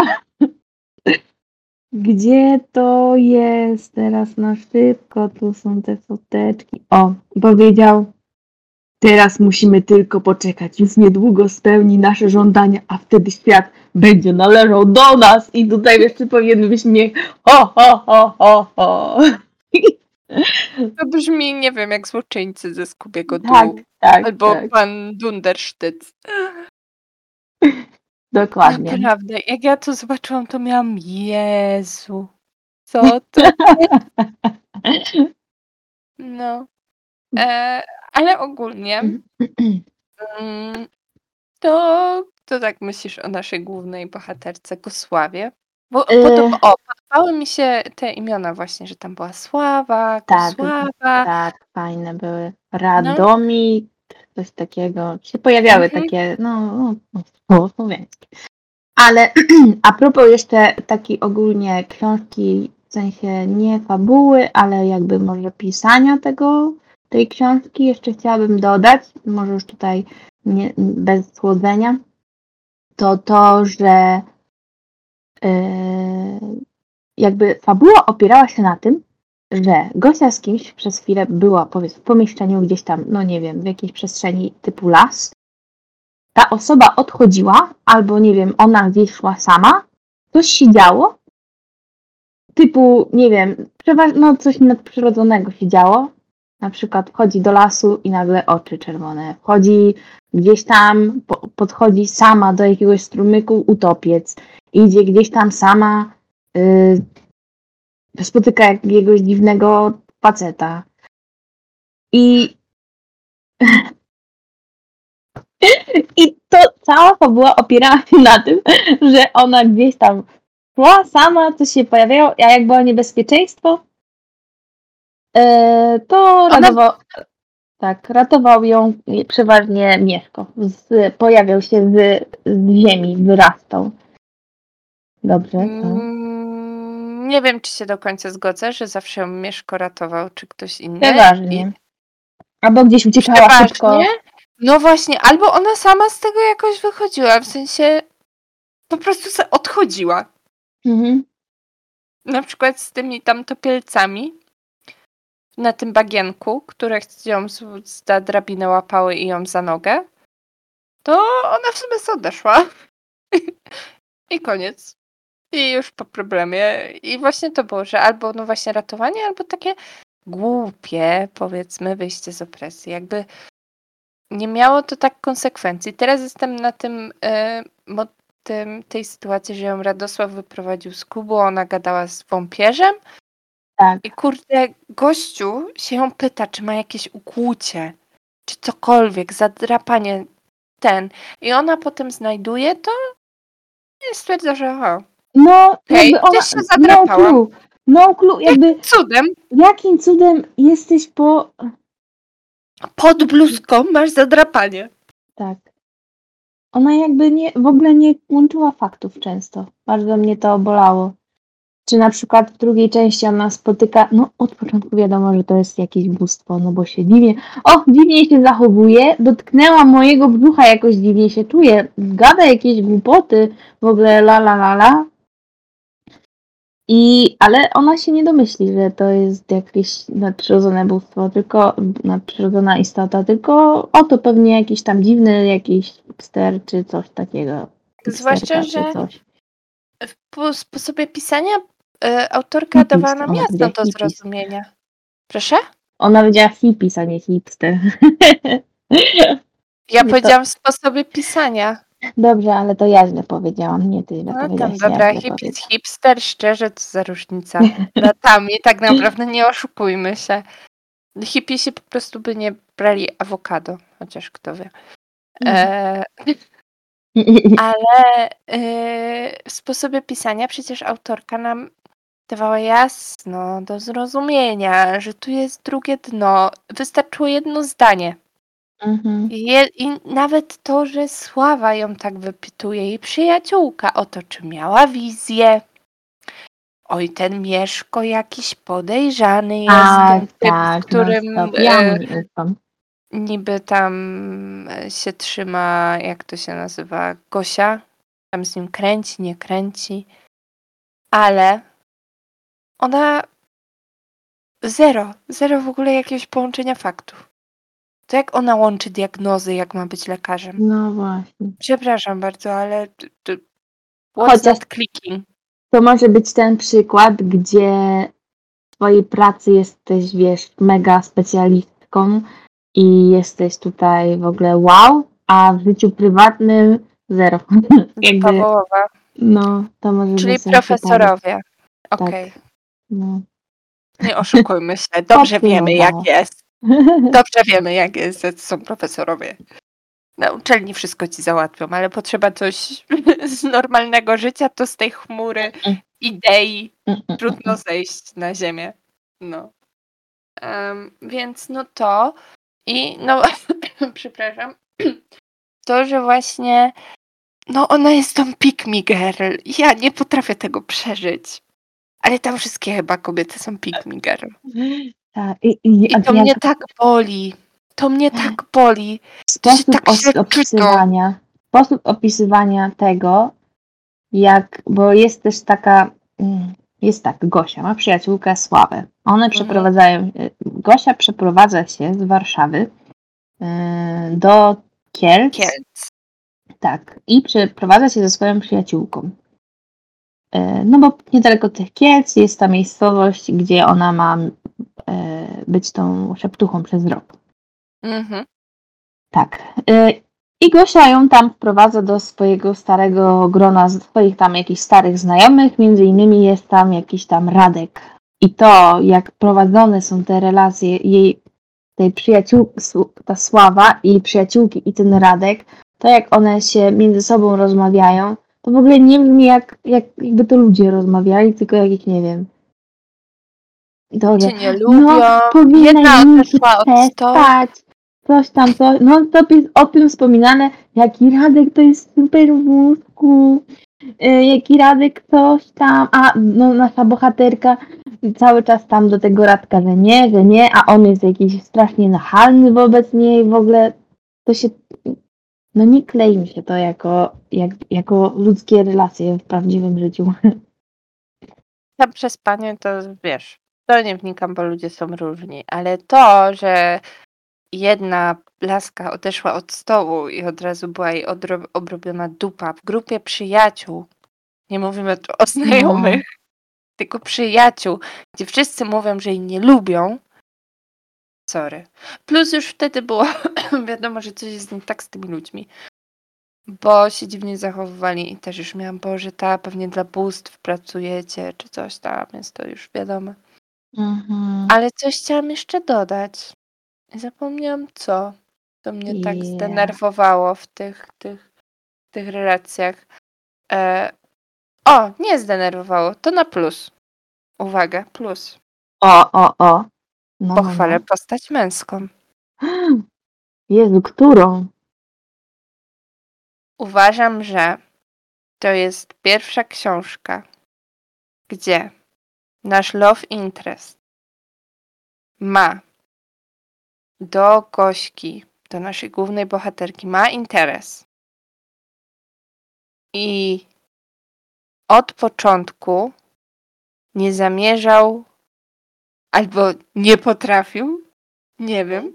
Gdzie to jest? Teraz na szybko, tu są te foteczki. O, powiedział, teraz musimy tylko poczekać. Już niedługo spełni nasze żądania, a wtedy świat będzie należał do nas. I tutaj jeszcze powinien śmiech. Ho, ho, ho, ho, ho. To brzmi, nie wiem, jak złoczyńcy ze Skubiego Tak, Dół. tak, Albo tak. pan Dundersztyc. Dokładnie. Naprawdę, jak ja to zobaczyłam, to miałam, Jezu, co to? No. E, ale ogólnie mm, to, to tak myślisz o naszej głównej bohaterce Gosławie? Bo podoba, o, podobały mi się te imiona właśnie, że tam była Sława, Tak, Gosława. tak, fajne były. Radomik, coś takiego. Się pojawiały Mhm. takie, no, no, no, słowiańskie. Ale a propos jeszcze takiej ogólnie książki, w sensie nie fabuły, ale jakby może pisania tego, tej książki, jeszcze chciałabym dodać, może już tutaj nie, bez słodzenia, to to, że yy, jakby fabuła opierała się na tym, że Gosia z kimś przez chwilę była, powiedz, w pomieszczeniu gdzieś tam, no nie wiem, w jakiejś przestrzeni typu las. Ta osoba odchodziła, albo nie wiem, ona gdzieś szła sama, coś się działo, typu, nie wiem, przeważnie no, coś nadprzyrodzonego się działo. Na przykład wchodzi do lasu i nagle oczy czerwone. Wchodzi gdzieś tam, po, podchodzi sama do jakiegoś strumyku utopiec. Idzie gdzieś tam sama, yy, spotyka jakiegoś dziwnego faceta. I, I to cała fabuła opierała się na tym, że ona gdzieś tam szła sama, coś się pojawiało, a jak było niebezpieczeństwo, yy, to Ona- ratował, tak, ratował ją przeważnie Mieszko. Z, pojawiał się z, z ziemi, wyrastał. Dobrze, co? Mm, nie wiem, czy się do końca zgodzę, że zawsze ją Mieszko ratował, czy ktoś inny. Przeważnie. I Albo gdzieś uciekała szybko. przeważnie, no właśnie, albo ona sama z tego jakoś wychodziła, w sensie po prostu se odchodziła. Mhm. Na przykład z tymi tam topielcami na tym bagienku, które ją z- za drabinę łapały i ją za nogę, to ona w sumie sobie odeszła. I koniec. I już po problemie. I właśnie to było, że albo no właśnie ratowanie, albo takie głupie, powiedzmy, wyjście z opresji. Jakby nie miało to tak konsekwencji. Teraz jestem na tym, e, mo- tym tej sytuacji, że ją Radosław wyprowadził z klubu, ona gadała z wampierzem. Tak. I kurde, gościu się ją pyta, czy ma jakieś ukłucie, czy cokolwiek, zadrapanie ten. I ona potem znajduje to i stwierdza, że o, No, hej, jakby ona, gdzieś się no zadrapała. clue, no clue, jakby Cudem, jakim cudem jesteś po... pod bluzką masz zadrapanie. Tak. Ona jakby nie, w ogóle nie łączyła faktów często. Bardzo mnie to bolało. czy na przykład w drugiej części ona spotyka, no od początku wiadomo, że to jest jakieś bóstwo, no bo się dziwnie, o, dziwnie się zachowuje, dotknęła mojego brzucha, jakoś dziwnie się czuję, gada jakieś głupoty, w ogóle la la la la. I, ale ona się nie domyśli, że to jest jakieś nadprzyrodzone bóstwo, tylko nadprzyrodzona istota, tylko oto pewnie jakiś tam dziwny, jakiś hipster czy coś takiego. Zwłaszcza, hipsterka czy że coś. w po- sposobie pisania y, autorka dawała nam Ona jasno powiedziała do hippies. zrozumienia. Proszę? Ona powiedziała hippies, a nie hipster. Ja Nie, to powiedziałam w sposobie pisania. dobrze, ale to ja źle powiedziałam, nie ty źle No tam, powiedziałaś, ja dobra, źle hippies, powiedziałam. hipster, szczerze, co za różnica. Latami, tak naprawdę nie oszukujmy się. Hippisi po prostu by nie brali awokado, chociaż kto wie. E, ale y, w sposobie pisania przecież autorka nam dawała jasno do zrozumienia, że tu jest drugie dno. Wystarczyło jedno zdanie. Mhm. Je, I nawet to, że Sława ją tak wypytuje, jej przyjaciółka, o to, czy miała wizję. Oj, ten Mieszko jakiś podejrzany jest, ten Tak, typ, tak, z którym non-stop. Ja e, mu nie ufam. niby tam e, się trzyma, jak to się nazywa, Gosia. Tam z nim kręci, nie kręci. Ale ona zero, zero w ogóle jakiegoś połączenia faktów. To jak ona łączy diagnozy, jak ma być lekarzem? No właśnie. Przepraszam bardzo, ale t- t- what's Chociaż not clicking? to może być ten przykład, gdzie w swojej pracy jesteś, wiesz, mega specjalistką i jesteś tutaj w ogóle wow, a w życiu prywatnym zero. Jakby, Pawołowa. no, to może Czyli bez sensu tak. profesorowie. Tak. Okej. No. Nie oszukujmy się. Dobrze wiemy, jak Podsumowało. jest. Dobrze wiemy, jak jest, że są profesorowie. Na uczelni wszystko ci załatwią, ale potrzeba coś z normalnego życia, to z tej chmury idei trudno zejść na ziemię. No. Em, więc no to i no przepraszam, to, że właśnie no ona jest tą pick me girl. Ja nie potrafię tego przeżyć. Ale tam wszystkie chyba kobiety są pick me girl. Tak. I, i, I a to jak mnie tak boli. To mnie tak boli. To się sposób tak os- źle czyta. opisywania, sposób opisywania tego, jak, bo jest też taka, mm, jest tak, Gosia ma przyjaciółkę Sławę. One Mhm. przeprowadzają, y, Gosia przeprowadza się z Warszawy y, do Kielc, Kielc. tak, i przeprowadza się ze swoją przyjaciółką. Y, No bo niedaleko tych Kielc jest ta miejscowość, gdzie ona ma y, być tą szeptuchą przez rok. Mhm. Tak. Y, I Gosia ją tam wprowadza do swojego starego grona, swoich tam jakichś starych znajomych, między innymi jest tam jakiś tam Radek. I to, jak prowadzone są te relacje jej, tej przyjaciółki, ta Sława i przyjaciółki i ten Radek, to jak one się między sobą rozmawiają, to w ogóle nie brzmi jak, jak jakby to ludzie rozmawiali, tylko jakieś, nie wiem. Dobrze. Cię nie No, lubią. powinnaś Jedna z nimi odeszła od stołu. przestać. Coś tam, coś. No to jest o tym wspominane, jaki Radek to jest super w mózgu, yy, jaki Radek coś tam, a no nasza bohaterka cały czas tam do tego Radka, że nie, że nie, a on jest jakiś strasznie nachalny wobec niej, w ogóle to się, no nie klei mi się to jako, jak, jako ludzkie relacje w prawdziwym życiu. Tam przez panią to wiesz, to nie wnikam, bo ludzie są różni, ale to, że jedna laska odeszła od stołu i od razu była jej odro- obrobiona dupa w grupie przyjaciół, nie mówimy tu o znajomych, tylko przyjaciół, gdzie wszyscy mówią, że jej nie lubią, sorry. Plus już wtedy było wiadomo, że coś jest nie tak z tymi ludźmi, bo się dziwnie zachowywali i też już miałam, Boże, ta pewnie dla bóstw pracujecie, czy coś tam, więc to już wiadomo. Mhm. Ale coś chciałam jeszcze dodać. Zapomniałam co. To mnie tak Yeah. zdenerwowało w tych, tych, tych relacjach. E, o, nie zdenerwowało. To na plus. Uwaga, plus. O, o, o. No, Pochwalę no, no. postać męską. Jezu, którą? Uważam, że to jest pierwsza książka, gdzie nasz love interest ma do Gośki, do naszej głównej bohaterki, ma interes i od początku nie zamierzał albo nie potrafił, nie wiem,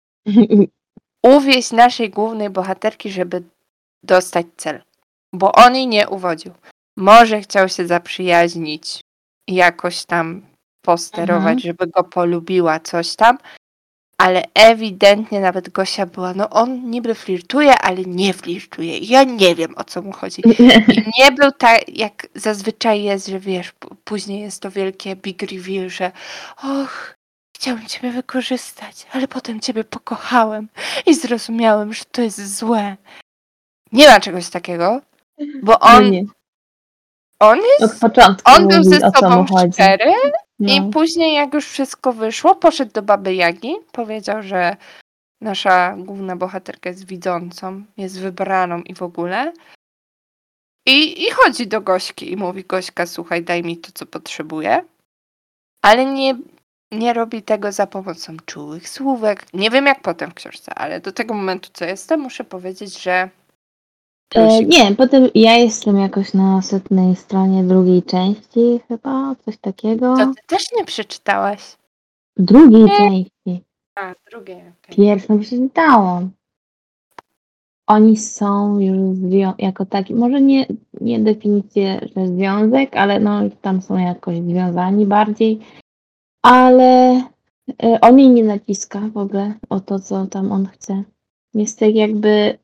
uwieść naszej głównej bohaterki, żeby dostać cel. Bo on jej nie uwodził. Może chciał się zaprzyjaźnić i jakoś tam posterować, Mhm. żeby go polubiła, coś tam, ale ewidentnie nawet Gosia była, no on niby flirtuje, ale nie flirtuje. Ja nie wiem, o co mu chodzi. I nie był tak, jak zazwyczaj jest, że wiesz, p- później jest to wielkie big reveal, że och, chciałem ciebie wykorzystać, ale potem ciebie pokochałem i zrozumiałem, że to jest złe. Nie ma czegoś takiego, bo No on, nie. on Od jest, początku on był mówi, ze o co sobą mu chodzi. szczery i No. później jak już wszystko wyszło, poszedł do Baby Jagi, powiedział, że nasza główna bohaterka jest widzącą, jest wybraną i w ogóle. I, I chodzi do Gośki i mówi, Gośka, słuchaj, daj mi to, co potrzebuję. Ale nie, nie robi tego za pomocą czułych słówek. Nie wiem jak potem w książce, ale do tego momentu, co jestem, muszę powiedzieć, że E, plusik. nie, potem ja jestem jakoś na setnej stronie drugiej części chyba, coś takiego. To ty też nie przeczytałaś? Drugiej Nie. części. A, drugie, okej. Pierwszą przeczytałam. Oni są już zwią- jako taki, może nie, nie definicję, że związek, ale no tam są jakoś związani bardziej, ale e, on jej nie naciska w ogóle o to, co tam on chce. Jest tak jakby,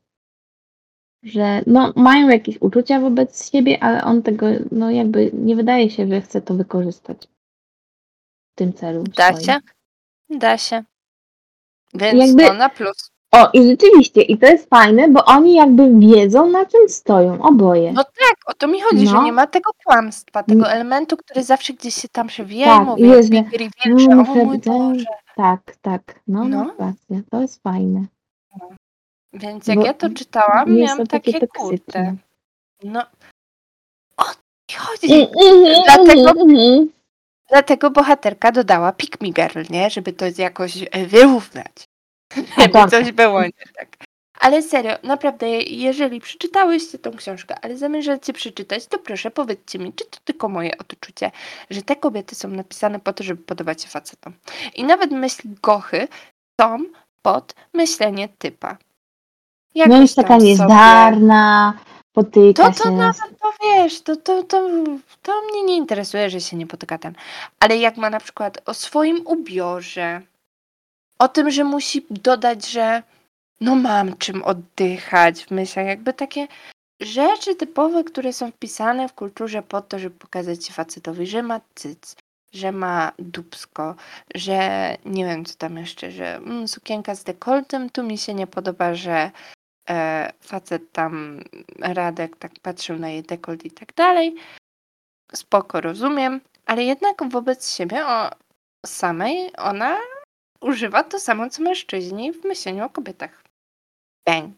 że no mają jakieś uczucia wobec siebie, ale on tego, no jakby nie wydaje się, że chce to wykorzystać w tym celu Da swoim. się? Da się. Więc Jakby- to na plus. O, i rzeczywiście, i to jest fajne, bo oni jakby wiedzą, na czym stoją, oboje. No tak, o to mi chodzi, że No. nie ma tego kłamstwa, tego Mm. elementu, który zawsze gdzieś się tam przewija Tak, i mówię, jest, big że- reveal, no, że o muszę mój ten- Boże. Tak, tak, no, No. masz rację, to jest fajne. Więc jak Bo ja to czytałam, nie miałam są takie takie toksyczne. kurde. No, o co ci chodzi? Mm, Dlatego, mm, mm. dlatego bohaterka dodała pick me girl, nie? Żeby to jakoś e, wyrównać. Żeby Aktorka. coś było nie tak. Ale serio, naprawdę, jeżeli przeczytałyście tą książkę, ale zamierzacie przeczytać, to proszę powiedzcie mi, czy to tylko moje odczucie, że te kobiety są napisane po to, żeby podobać się facetom. I nawet myśli Gochy są pod myślenie typa. No Jakoś jest taka tam sobie- niezdarna, potyka To to się. nawet, to wiesz, to, to, to, to mnie nie interesuje, że się nie potyka ten. Ale jak ma na przykład o swoim ubiorze, o tym, że musi dodać, że no mam czym oddychać w myślach, jakby takie rzeczy typowe, które są wpisane w kulturze po to, żeby pokazać się facetowi, że ma cyc, że ma dupsko, że nie wiem co tam jeszcze, że mm, sukienka z dekoltem, tu mi się nie podoba, że e, facet tam Radek tak patrzył na jej dekolt i tak dalej. Spoko, rozumiem, ale jednak wobec siebie o samej ona używa to samo co mężczyźni w myśleniu o kobietach. Bang.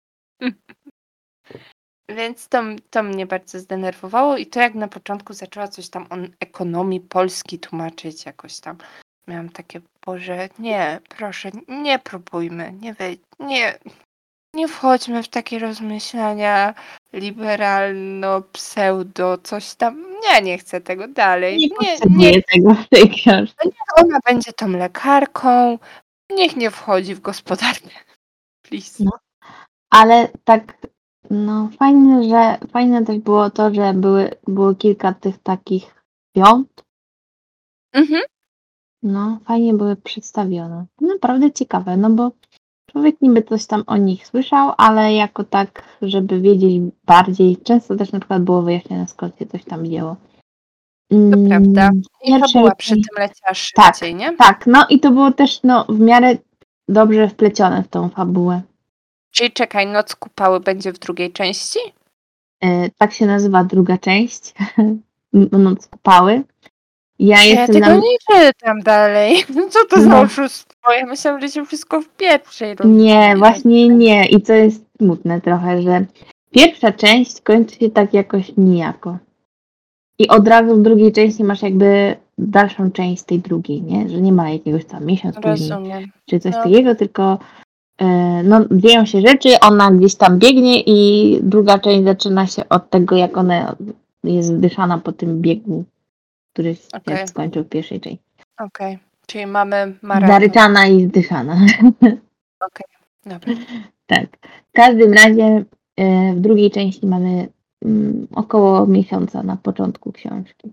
Więc to, to mnie bardzo zdenerwowało i to jak na początku zaczęła coś tam o ekonomii Polski tłumaczyć jakoś tam. Miałam takie, Boże, nie, proszę, nie próbujmy, nie wejdź, nie, nie wchodźmy w takie rozmyślania liberalno-pseudo, coś tam. Ja nie chcę tego dalej. Nie Nie, potrzebuję nie, tego w tej książce. niech ona będzie tą lekarką, niech nie wchodzi w gospodarkę. Please. No. Ale tak, no fajne, że fajne też było to, że były, było kilka tych takich świąt. Mhm. No, fajnie były przedstawione. Naprawdę ciekawe, no bo człowiek niby coś tam o nich słyszał, ale jako tak, żeby wiedzieć bardziej, często też na przykład było wyjaśnione, skąd się coś tam wzięło. To Mm, prawda. I pierwszy- fabuła przy tym leciała Tak. szybciej, nie? Tak, no i to było też no, w miarę dobrze wplecione w tą fabułę. Czyli czekaj, Noc Kupały będzie w drugiej części? E, tak się nazywa druga część. Noc Kupały. Ja Ja jestem tego na... nie czytam dalej. Co to za No. oszustwo? Ja myślałam, że się wszystko w pierwszej Nie, właśnie nie. I to jest smutne trochę, że pierwsza część kończy się tak jakoś nijako. I od razu w drugiej części masz jakby dalszą część tej drugiej, nie? Że nie ma jakiegoś tam miesiąc później, Rozumiem. czy coś No. takiego, tylko e, no, dzieją się rzeczy, ona gdzieś tam biegnie i druga część zaczyna się od tego, jak ona jest zdyszana po tym biegu, który się Okej. skończył w pierwszej części. Okej. Czyli mamy maraton. Zaryczana i zdyszana. Okej. Dobra. Tak. W każdym razie e, w drugiej części mamy mm, około miesiąca na początku książki.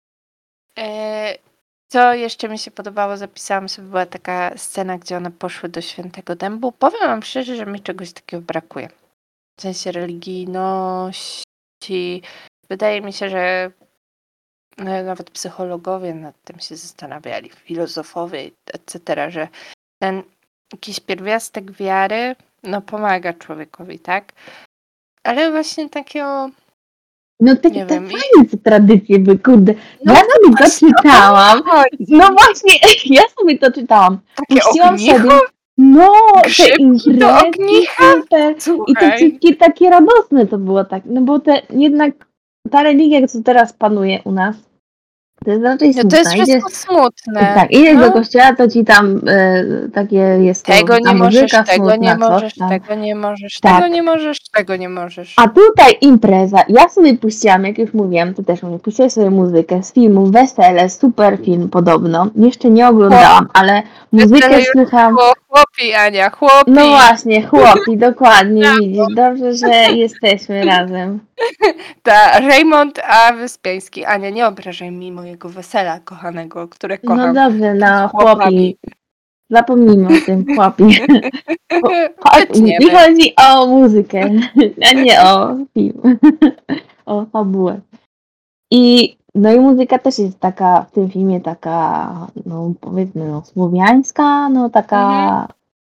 E, Co jeszcze mi się podobało, zapisałam sobie, była taka scena, gdzie one poszły do Świętego Dębu. Powiem wam szczerze, że mi czegoś takiego brakuje. W sensie religijności. Wydaje mi się, że no, nawet psychologowie nad tym się zastanawiali, filozofowie, et cetera, że ten jakiś pierwiastek wiary no pomaga człowiekowi, tak? Ale właśnie takiego, No te, nie te wiem, i- fajne te tradycje by, kurde. No, ja sobie to właśnie, o to czytałam. chodzi. No właśnie, ja sobie to czytałam. Takie Puściłam ognicho, sobie, no, te grzybki do imprezy, ognicha. super. I te Słuchaj. wszystkie takie radosne to było tak, no bo te jednak ta religia, co teraz panuje u nas, to jest raczej No to jest smutna. Idziesz, wszystko smutne. tak, idziesz No. do kościoła, to ci tam e, takie jest to, Tego ta nie możesz, muzyka tego smutna, nie coś możesz, tam. tego nie możesz, Tak. tego nie możesz, tego nie możesz. A tutaj impreza. Ja sobie puściłam, jak już mówiłam, to też mówię, puściłam sobie muzykę z filmu Wesele, super film podobno. Jeszcze nie oglądałam, ale muzykę Wesele już słucham. było. Chłopi, Ania, chłopi. No właśnie, chłopi, dokładnie, widzisz. Dobrze, że jesteśmy razem. Ta Raymond, a Wyspiański. Ania, nie obrażaj mi mojego wesela kochanego, które No kocham. dobrze, no z chłopami. chłopi. Zapomnijmy o tym, chłopi. Chodź, Wytniemy. nie chodzi o muzykę, a nie o film. O fabułę. I no i muzyka też jest taka w tym filmie taka, no powiedzmy, no, słowiańska, no taka, Mhm.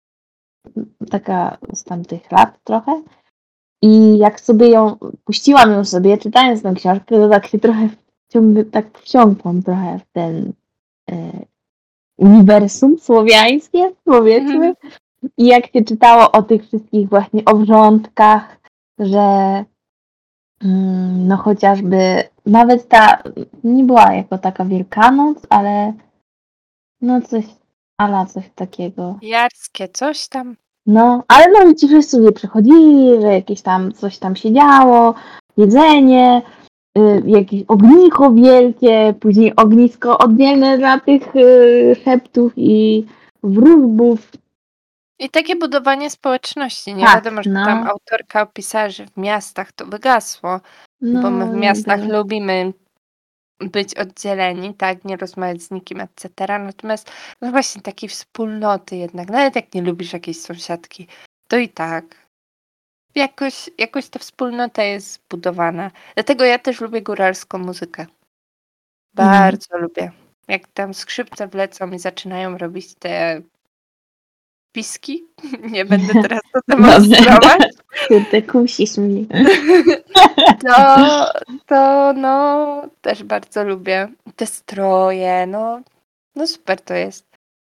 taka z tamtych lat trochę. I jak sobie ją, puściłam ją sobie, czytając tę książkę, to tak się trochę wciąg, tak wciągłam trochę w ten e, uniwersum słowiańskie, powiedzmy. Mhm. I jak się czytało o tych wszystkich właśnie obrządkach, że mm, no chociażby nawet ta nie była jako taka Wielkanoc, ale no coś ala coś takiego. Jarskie, coś tam. No, ale no ci wszyscy sobie przychodzili, że jakieś tam coś tam się działo, jedzenie, y, jakieś ognicho wielkie, później ognisko oddzielne dla tych y, szeptów i wróżbów. I takie budowanie społeczności. Nie Tak, wiadomo, że no. tam autorka opisała, że w miastach to wygasło, No, bo my w miastach jakby- lubimy być oddzieleni, tak, nie rozmawiać z nikim, et cetera. Natomiast no właśnie takiej wspólnoty jednak, nawet jak nie lubisz jakiejś sąsiadki, to i tak jakoś, jakoś ta wspólnota jest zbudowana. Dlatego ja też lubię góralską muzykę. Bardzo lubię. Jak tam skrzypce wlecą i zaczynają robić te piski. Nie będę teraz to demonstrować. Kurde, kusisz mnie. To, to no też bardzo lubię. Te stroje, no, no super to jest.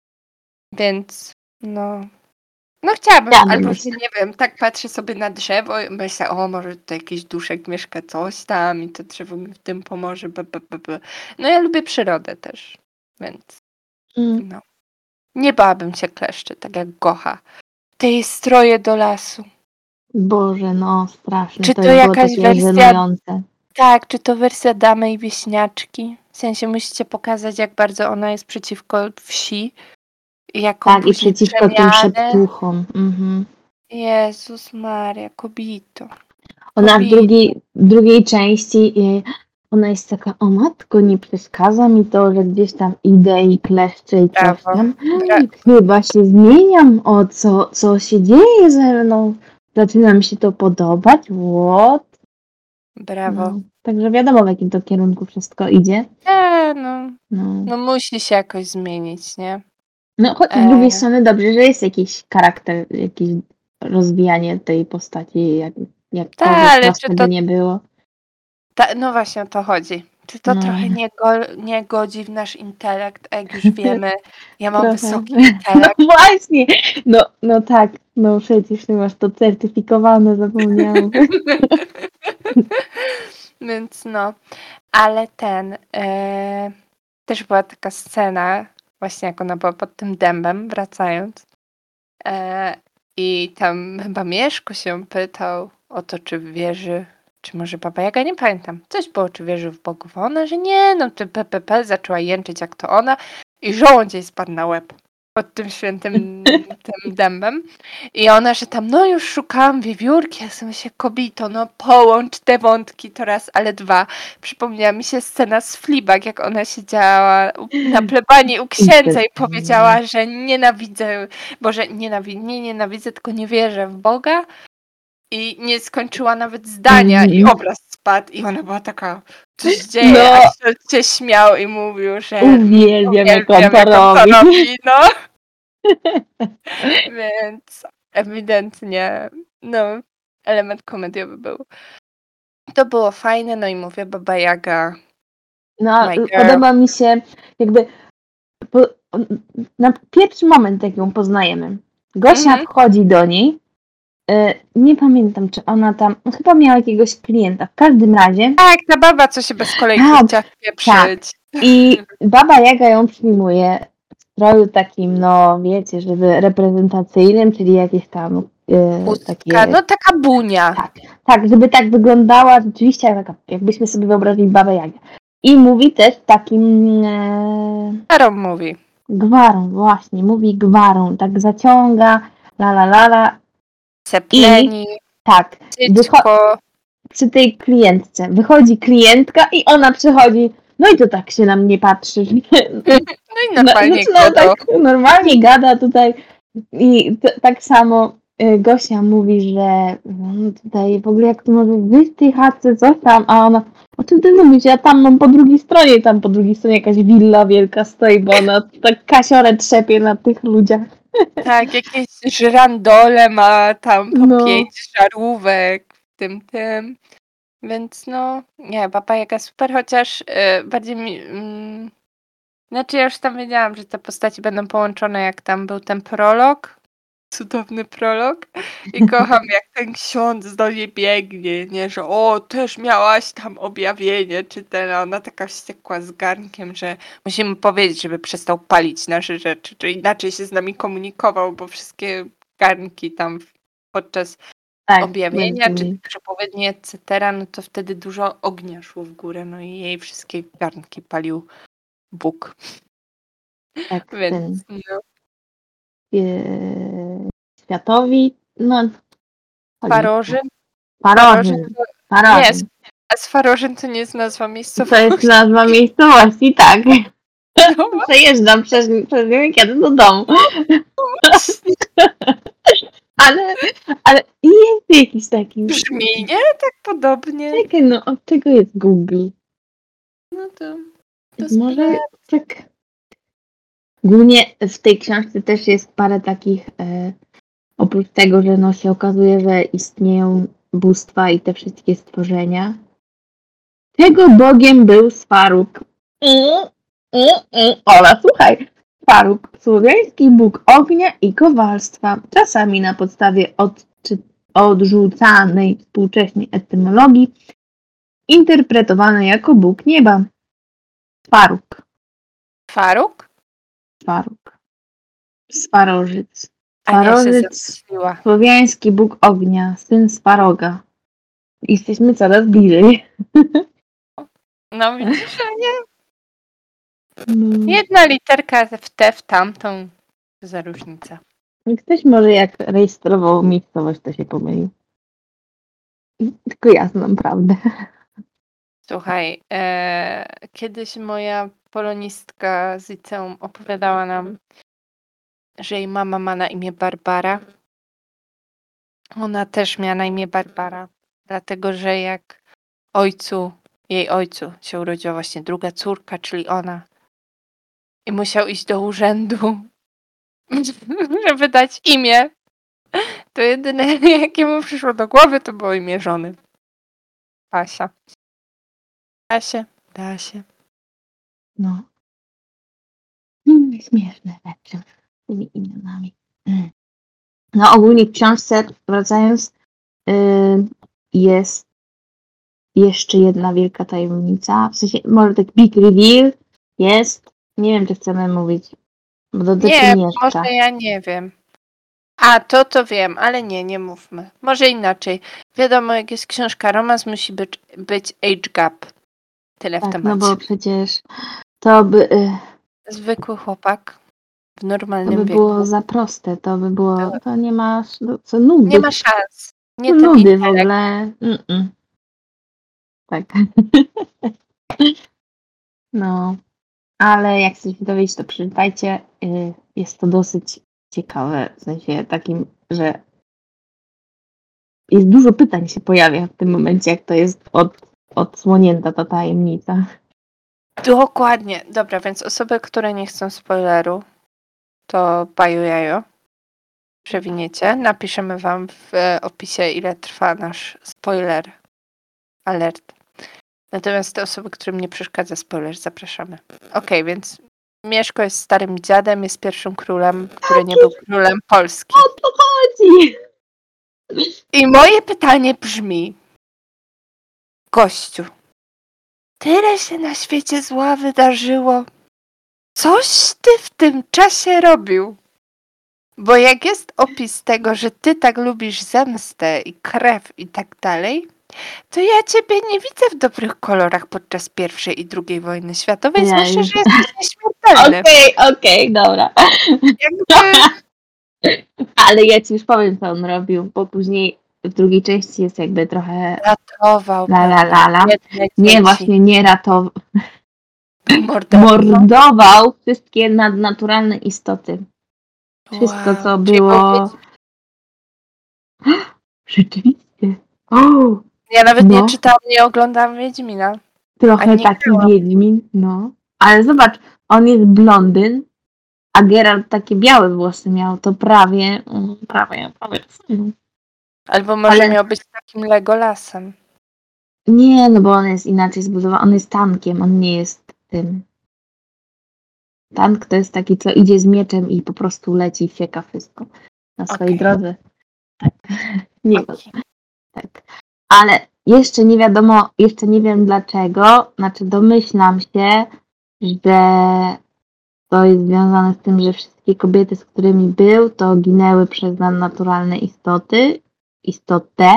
Więc no, no chciałabym, Chciałabym albo być. że nie wiem, tak patrzę sobie na drzewo i myślę, o może tutaj jakiś duszek mieszka coś tam i to drzewo mi w tym pomoże. B, b, b, b. No ja lubię przyrodę też, więc Mm. no. Nie bałabym się kleszczy, tak jak Gocha. Te stroje do lasu. Boże, no straszne. Czy to, to było jakaś takie wersja- żenujące. Tak, czy to wersja Damy i Wieśniaczki? W sensie musicie pokazać, jak bardzo ona jest przeciwko wsi. I jaką Tak, i później przeciwko tym przemianę. szeptuchom. Mhm. Jezus Maria, kobito. Ona w Kobito. drugiej, w drugiej części y, ona jest taka, o matko, nie przeszkadza mi to, że gdzieś tam idę i kleszczę i coś Brawo. tam. Bra- Chyba się zmieniam, o co, co się dzieje ze mną. Zaczyna mi się to podobać. What? Brawo. No. Także wiadomo, w jakim to kierunku wszystko idzie. E, no, No, no musi się jakoś zmienić, nie? no choć z E. drugiej strony dobrze, że jest jakiś charakter, jakieś rozwijanie tej postaci, jak, jak Ta, to ale proste czy by to- nie było. Ta, no właśnie o to chodzi. Czy to No. trochę nie, go, nie godzi w nasz intelekt, a jak już wiemy, ja mam Trochę. wysoki No intelekt. właśnie, no, no tak, no przecież ty masz to certyfikowane, zapomniałam. Więc no, ale ten. E, też była taka scena, właśnie jak ona była pod tym dębem, wracając. E, I tam chyba Mieszko się pytał o to, czy wierzy, czy może Baba Jaga, nie pamiętam. Coś było, czy wierzy w bogów. A ona, że nie, no ty P P P, zaczęła jęczyć jak to ona i żołądź jej spadł na łeb pod tym świętym tym dębem. I ona, że tam, no już szukałam wiewiórki, ja sobie myślę, kobito, no połącz te wątki to raz, ale dwa. Przypomniała mi się scena z Fleabag, jak ona siedziała u- na plebanii u księdza i powiedziała, że nienawidzę, Boże, nienawidzę, nie nienawidzę, tylko nie wierzę w Boga. I nie skończyła nawet zdania i Mhm. obraz spadł i ona była taka, co się dzieje, No. a ksiądz się śmiał i mówił, że Uwielbiam, jak on to jak on to robi. robi, no. Więc ewidentnie, no, element komediowy był. To było fajne, no i mówię, Baba Jaga, No, my girl. podoba mi się jakby po, na pierwszy moment, jak ją poznajemy. Gosia Mhm. wchodzi do niej. y, Nie pamiętam, czy ona tam, no chyba miała jakiegoś klienta. W każdym razie. Tak, ta baba, co się bez kolejki Tak, chciała wpieprzyć. I Baba Jaga ją przyjmuje w stroju takim, no wiecie, żeby reprezentacyjnym, czyli jakieś tam y, Pustka, takie. no taka bunia. Tak, tak, żeby tak wyglądała rzeczywiście, jak, jakbyśmy sobie wyobrazili Babę Jagę. I mówi też takim e, Starą mówi. gwarą, właśnie, mówi gwarą, tak zaciąga, la la la la. Sepleni, Tak, wycho- cycko. przy tej klientce. Wychodzi klientka i ona przychodzi, no i to tak się na mnie patrzy. No i normalnie no, gada. tak normalnie gada tutaj. I t- tak samo y, Gosia mówi, że no, tutaj w ogóle jak to może wyjść z tej chatce, coś tam, a ona, o czym ty mówisz? Ja tam mam po drugiej stronie, tam po drugiej stronie jakaś willa wielka stoi, bo ona tak kasiorę trzepie na tych ludziach. Tak, jakieś żyrandole ma tam po No. pięć żarówek w tym tym. Więc no, nie, Baba Jaga super, chociaż y, bardziej mi... Mm, znaczy ja już tam wiedziałam, że te postaci będą połączone, jak tam był ten prolog. Cudowny prolog. I kocham, jak ten ksiądz do niej biegnie, nie, że o, też miałaś tam objawienie, czy ten, a ona taka wściekła z garnkiem, że musimy powiedzieć, żeby przestał palić nasze rzeczy, czy inaczej się z nami komunikował, bo wszystkie garnki tam podczas Tak, objawienia, między czy innymi. przepowiedni, et cetera, no to wtedy dużo ognia szło w górę, no i jej wszystkie garnki palił Bóg. Tak, ten Więc no, y, światowi, no Farożyn, Parożyn. Farożyn to, Parożyn. nie, a Swarożyn to nie jest nazwa To miejscowości. jest nazwa miejscowości, tak. No Przejeżdżam przez, przez nią i jadę do domu. właśnie. Ale, ale jest jakiś taki. Brzmi, nie? Tak podobnie. Czekaj, no od czego jest Google? No to, to Może tak. Głównie w tej książce też jest parę takich, e, oprócz tego, że no się okazuje, że istnieją bóstwa i te wszystkie stworzenia. Czego Bogiem był Sfaruk? Mm, mm, mm. Ola, słuchaj. Sfaruk, słowiański bóg ognia i kowalstwa, czasami na podstawie odczy- odrzucanej współcześnie etymologii, interpretowany jako bóg nieba. Sfaruk. Faruk? Sfaruk. Swarożyc. A nie się Swarożyc, zamyśliła. słowiański bóg ognia, syn Swaroga. Jesteśmy coraz bliżej. No widzisz, a nie? No. Jedna literka w tę, w tamtą. Co za różnica. Ktoś może jak rejestrował miejscowość, to się pomylił. Tylko ja znam prawdę. Słuchaj, e, kiedyś moja polonistka z liceum opowiadała nam, że jej mama ma na imię Barbara. Ona też miała na imię Barbara, dlatego że jak ojcu, jej ojcu się urodziła właśnie druga córka, czyli ona, i musiał iść do urzędu, żeby dać imię, to jedyne, jakie mu przyszło do głowy, to było imię żony. Asia. Da się, da się. No. Mm, śmieszne rzeczy z tymi imionami. Mm. No ogólnie w książce, wracając, yy, jest jeszcze jedna wielka tajemnica. W sensie, może tak big reveal, Jest. Nie wiem, czy chcemy mówić, bo dotyczy Nie, Mieszka. może ja nie wiem. A, to to wiem, ale nie, nie mówmy. Może inaczej. Wiadomo, jak jest książka romans, musi być, być age gap. Tyle w Tak, temacie. no bo przecież to by, y, Zwykły chłopak w to normalnym by wieku. było za proste. To by było, To- to nie ma, no, co nudy. Nie ma szans. Nie ten nudy w intelekt. ogóle. Mm-mm. Tak. No, ale jak chcecie się dowiedzieć, to przeczytajcie. Y, Jest to dosyć ciekawe, w sensie takim, że jest dużo pytań się pojawia w tym momencie, jak to jest od, odsłonięta ta tajemnica. Dokładnie. Dobra, więc osoby, które nie chcą spoileru, to baju jajo. Przewiniecie. Napiszemy wam w e, opisie, ile trwa nasz spoiler alert. Natomiast te osoby, którym nie przeszkadza spoiler, zapraszamy. Okej, więc Mieszko jest starym dziadem, jest pierwszym królem, który nie był królem Polski. O to chodzi! I moje pytanie brzmi: gościu, tyle się na świecie zła wydarzyło. Coś ty w tym czasie robił? Bo jak jest opis tego, że ty tak lubisz zemstę i krew i tak dalej, to ja ciebie nie widzę w dobrych kolorach podczas pierwszej i drugiej wojny światowej, Ja zwłaszcza, już- że jesteś nieśmiertelny. Okej, okej, dobra. Jakby... Ale ja ci już powiem, co on robił, bo później w drugiej części jest jakby trochę Ratował la la la la. biedne Nie, dzieci. właśnie nie ratował. Mordował. Mordował wszystkie nadnaturalne istoty. Wszystko, Wow. co Czyli było... był Rzeczywiście. O, Ja nawet nie No. czytałam, nie oglądałam Wiedźmina. trochę A nie taki grałam. Wiedźmin, no. Ale zobacz, on jest blondyn, a Geralt takie białe włosy miał, to prawie, mm, prawie, prawie. mm. Albo może Ale- miał być takim Legolasem. Nie, no bo on jest inaczej zbudowany, on jest tankiem, on nie jest tym. Tank to jest taki, co idzie z mieczem i po prostu leci i sieka wszystko na swojej Okej. drodze. Tak. Nie ma. Okej. Tak. Ale jeszcze nie wiadomo, jeszcze nie wiem dlaczego, znaczy domyślam się, że to jest związane z tym, że wszystkie kobiety, z którymi był, to ginęły przez nadnaturalne istoty, istotę,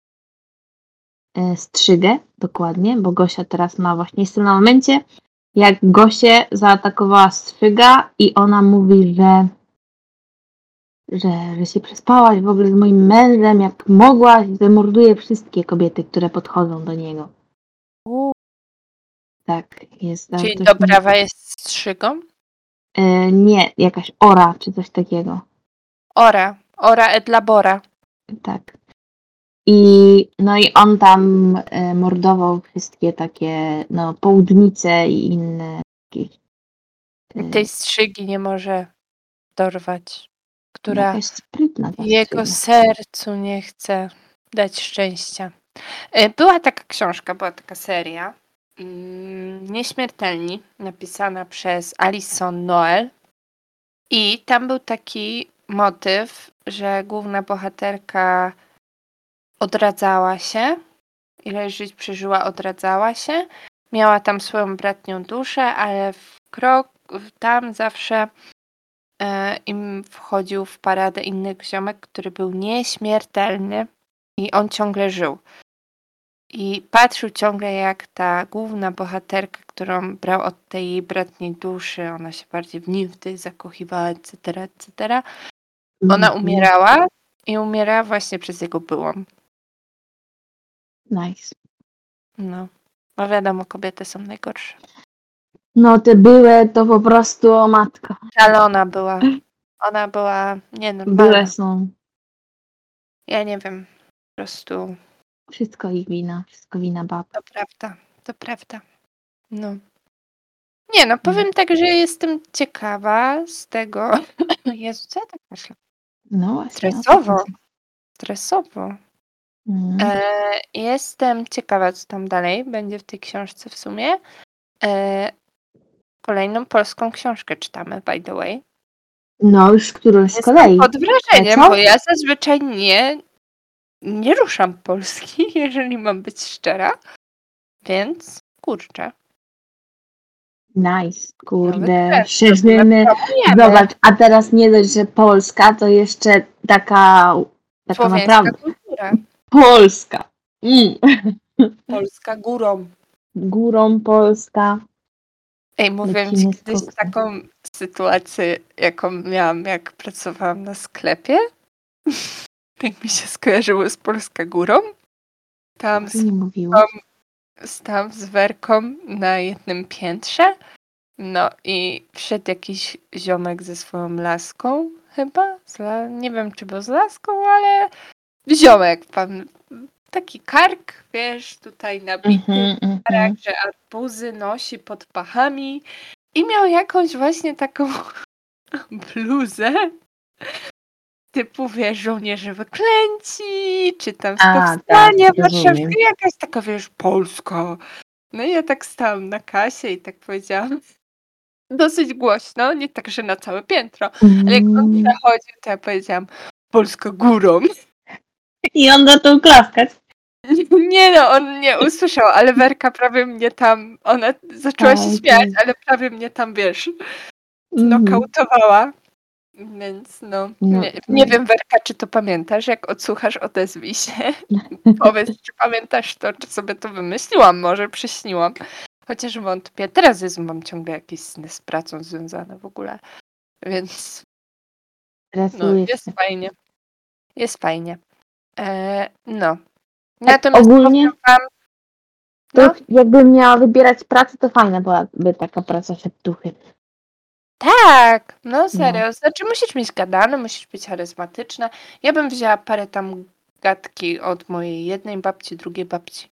e, strzygę dokładnie, bo Gosia teraz ma właśnie, jest w tym momencie, jak Gosię zaatakowała strzyga i ona mówi, że że, że się przespałaś w ogóle z moim mężem, jak mogłaś, zamorduje wszystkie kobiety, które podchodzą do niego. U, Tak, jest. tam Czyli coś Dobrawa jest strzygą? E, nie, jakaś ora, czy coś takiego. Ora. Ora et labora. Tak. I no i on tam e, mordował wszystkie takie, no, południce i inne jakieś. e, Tej strzygi nie może dorwać, która Jakaś sprytna ta jego strzyga. sercu nie chce dać szczęścia. E, Była taka książka, była taka seria mm, Nieśmiertelni, napisana przez Alison Noel. I tam był taki motyw, że główna bohaterka odradzała się, ileś żyć przeżyła, odradzała się. Miała tam swoją bratnią duszę, ale w krok tam zawsze e, im wchodził w paradę inny ziomek, który był nieśmiertelny i on ciągle żył. I patrzył ciągle, jak ta główna bohaterka, którą brał od tej jej bratniej duszy, ona się bardziej w nim wtedy zakochiwała, et cetera, et cetera. Ona Mhm. umierała i umierała właśnie przez jego byłą. Nice. No. No wiadomo, kobiety są najgorsze. No te były to po prostu, o matko. Szalona była. Ona była nienormalna. Były są. Ja nie wiem. Po prostu Wszystko ich wina. Wszystko wina bab. to prawda. To prawda. No. Nie no, powiem tak, że jestem ciekawa z tego. Jezu, co ja tak myślę? No właśnie. Stresowo. Stresowo. Mm. E, jestem ciekawa, co tam dalej będzie w tej książce w sumie. E, kolejną polską książkę czytamy, by the way. No już którąś z Jestem kolei. pod wrażeniem, co? bo ja zazwyczaj nie, nie ruszam Polski, jeżeli mam być szczera. Więc kurczę. Nice, kurde, trend, szerzymy. promujemy. Zobacz, a teraz nie dość, że Polska, to jeszcze taka, taka Słowiańska naprawdę kultura. Polska. Mm. Polska górą. Górą Polska. Ej, mówiłem ci Lecimy z kiedyś koksem. taką sytuację, jaką miałam, jak pracowałam na sklepie. Jak mi się skojarzyło z Polska górą. Tam Co nie mówiłeś? stałam z Werką na jednym piętrze. No i wszedł jakiś ziomek ze swoją laską chyba. Z la... Nie wiem, czy był z laską, ale ziomek. Pan... Taki kark, wiesz, tutaj nabity. Mhm, mhm. Kark, że arbuzy nosi pod pachami. I miał jakąś właśnie taką bluzę. Typu, wiesz, żołnierze wyklęci, czy tam z A, powstania tak, warszawskiego, rozumiem. jakaś taka, wiesz, Polska. No i ja tak stałam na kasie i tak powiedziałam dosyć głośno, nie tak, że na całe piętro, ale jak on Mm. przechodził, to ja powiedziałam Polska górą. I on zaczął klaskać. Nie no, on nie usłyszał, ale Werka prawie mnie tam, ona zaczęła się A, śmiać, okej. ale prawie mnie tam, wiesz, Mhm. nokautowała. Więc no, No, nie, nie wiem, Werka, czy to pamiętasz? Jak odsłuchasz, odezwij się. Powiedz, czy pamiętasz to, czy sobie to wymyśliłam, może przyśniłam. Chociaż wątpię. Teraz jest, mam ciągle jakieś sny z pracą związane w ogóle. Więc no, Stresuję jest się. fajnie. Jest fajnie. E, no. Tak Natomiast ogólnie, powiem wam, to no, jakbym miała wybierać pracę, to fajna byłaby taka praca szeptuchy. tak, no serio. Znaczy musisz mieć gadane, musisz być charyzmatyczna. Ja bym wzięła parę tam gadki od mojej jednej babci, drugiej babci.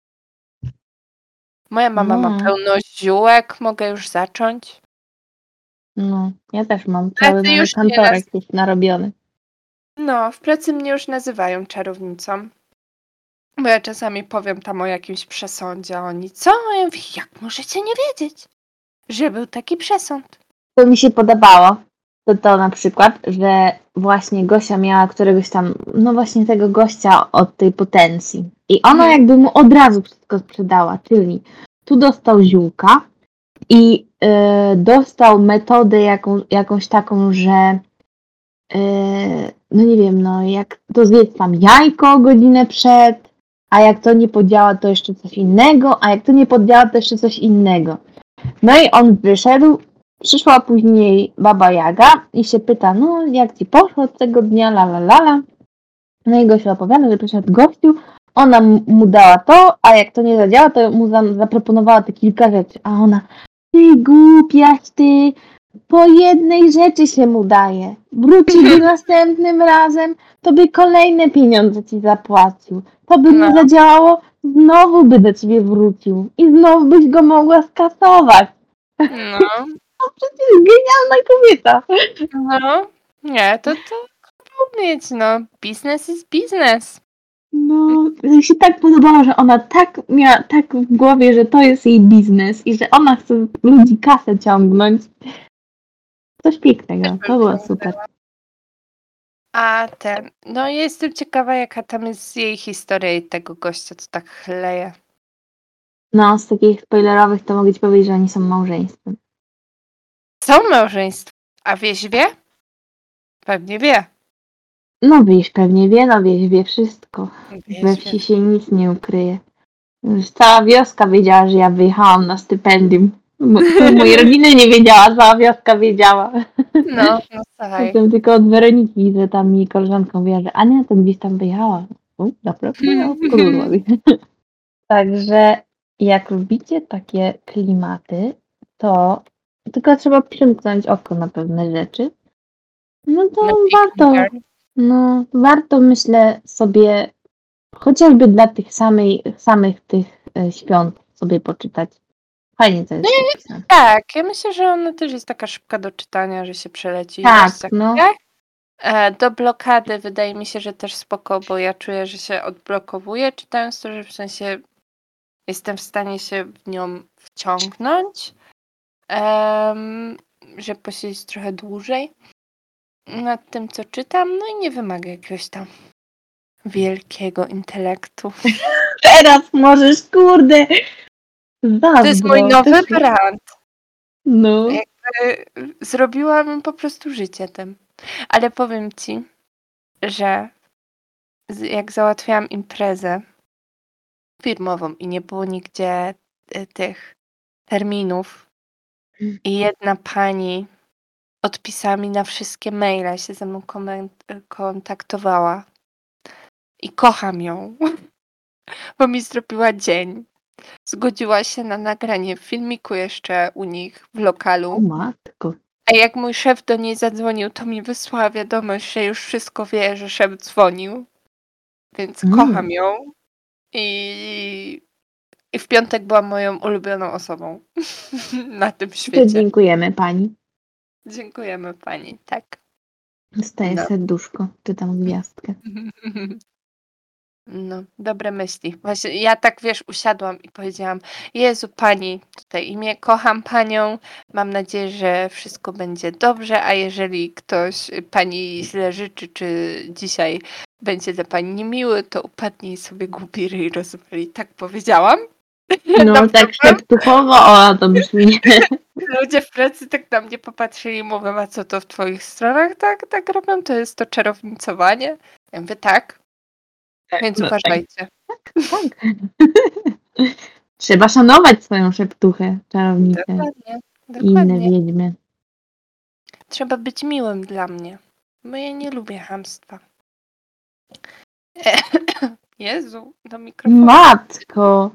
Moja mama ma No. pełno ziółek, mogę już zacząć. No, ja też mam Ale cały ty mój już nie kantorek gdzieś narobiony. No, w pracy mnie już nazywają czarownicą. Bo ja czasami powiem tam o jakimś przesądzie, a oni co? A ja mówię, jak możecie nie wiedzieć, że był taki przesąd? To mi się podobało, to to na przykład, że właśnie Gosia miała któregoś tam, no właśnie tego gościa od tej potencji. I ona Mhm. jakby mu od razu wszystko sprzedała, czyli tu dostał ziółka i y, dostał metodę jaką, jakąś taką, że y, no nie wiem, no jak to zjedz tam jajko godzinę przed, a jak to nie podziała, to jeszcze coś innego, a jak to nie podziała, to jeszcze coś innego. No i on wyszedł, przyszła później baba Jaga i się pyta, no jak ci poszło od tego dnia, la la la la. No i Gosia opowiada, że przyszedł gościu, ona mu dała to, a jak to nie zadziała, to mu zaproponowała te kilka rzeczy, a ona, ty głupiaś ty, po jednej rzeczy się mu daje, wróciłby następnym razem, to by kolejne pieniądze ci zapłacił, to by mu No. zadziałało, znowu by do ciebie wrócił i znowu byś go mogła skasować. No, To przecież genialna kobieta. no, nie, to to umieć, no, biznes is biznes. No, mi się tak podobało, że ona tak miała tak w głowie, że to jest jej biznes i że ona chce z ludzi kasę ciągnąć. Coś pięknego, to było super. A ten, no jestem ciekawa, jaka tam jest jej historia i tego gościa, co tak chleje. No, z takich spoilerowych to mogę ci powiedzieć, że oni są małżeństwem. Są małżeństwo, a wieś wie? Pewnie wie. No wieś pewnie wie, no wieś wie wszystko. Wieś We wie. wsi się nic nie ukryje. Już cała wioska wiedziała, że ja wyjechałam na stypendium. Pół mojej rodziny nie wiedziała, cała wioska wiedziała. No, no słuchaj. Potem tylko od Weroniki, że tam mi koleżanka mówiła, że Ania to gdzieś tam wyjechała. U, naprawdę? No, kurwa. Także jak lubicie takie klimaty, to tylko trzeba przymknąć oko na pewne rzeczy. No to Na warto, pikniker. no warto myślę sobie chociażby dla tych samej, samych tych e, świąt sobie poczytać. Fajnie to jest napisane. Tak, ja myślę, że ona też jest taka szybka do czytania, że się przeleci. Tak, Wiesz, no. E, Do blokady wydaje mi się, że też spoko, bo ja czuję, że się odblokowuję czytając to, że w sensie jestem w stanie się w nią wciągnąć, em, że posiedzieć trochę dłużej nad tym, co czytam, no i nie wymaga jakiegoś tam wielkiego intelektu. Teraz możesz, kurde. To jest mój Zazdro, nowy też- brand. No. Jakby zrobiłam po prostu życie tym. Ale powiem ci, że z jak załatwiałam imprezę firmową i nie było nigdzie, y, tych terminów i jedna pani odpisała mi na wszystkie maile, się ze mną koment y, kontaktowała. I kocham ją, bo mi zrobiła dzień. Zgodziła się na nagranie filmiku jeszcze u nich w O lokalu. matko. A jak mój szef do niej zadzwonił, to mi wysłała wiadomość, że już wszystko wie, że szef dzwonił. Więc Mm. kocham ją. I, I w piątek była moją ulubioną osobą na tym To świecie. dziękujemy pani. Dziękujemy pani, tak. Dostaję No. serduszko, czy tam gwiazdkę. No, dobre myśli. Właśnie ja tak, wiesz, usiadłam i powiedziałam: Jezu, pani, tutaj imię, kocham panią, mam nadzieję, że wszystko będzie dobrze, a jeżeli ktoś y, pani źle życzy, czy dzisiaj będzie dla pani niemiły, to upadnie i sobie głupi ryj rozwali. Tak powiedziałam. No Naprawdę. tak szeptuchowo, o, to brzmi. Ludzie w pracy tak na mnie popatrzyli i mówią: a co to w twoich stronach tak, tak robią? To jest to czarownicowanie? Ja mówię: tak, więc no tak. uważajcie. Tak. Trzeba szanować swoją szeptuchę, czarownicę Dokładnie, i inne dokładnie. wiedźmy. Trzeba być miłym dla mnie, bo ja nie lubię chamstwa. Jezu, do mikrofonu. Matko,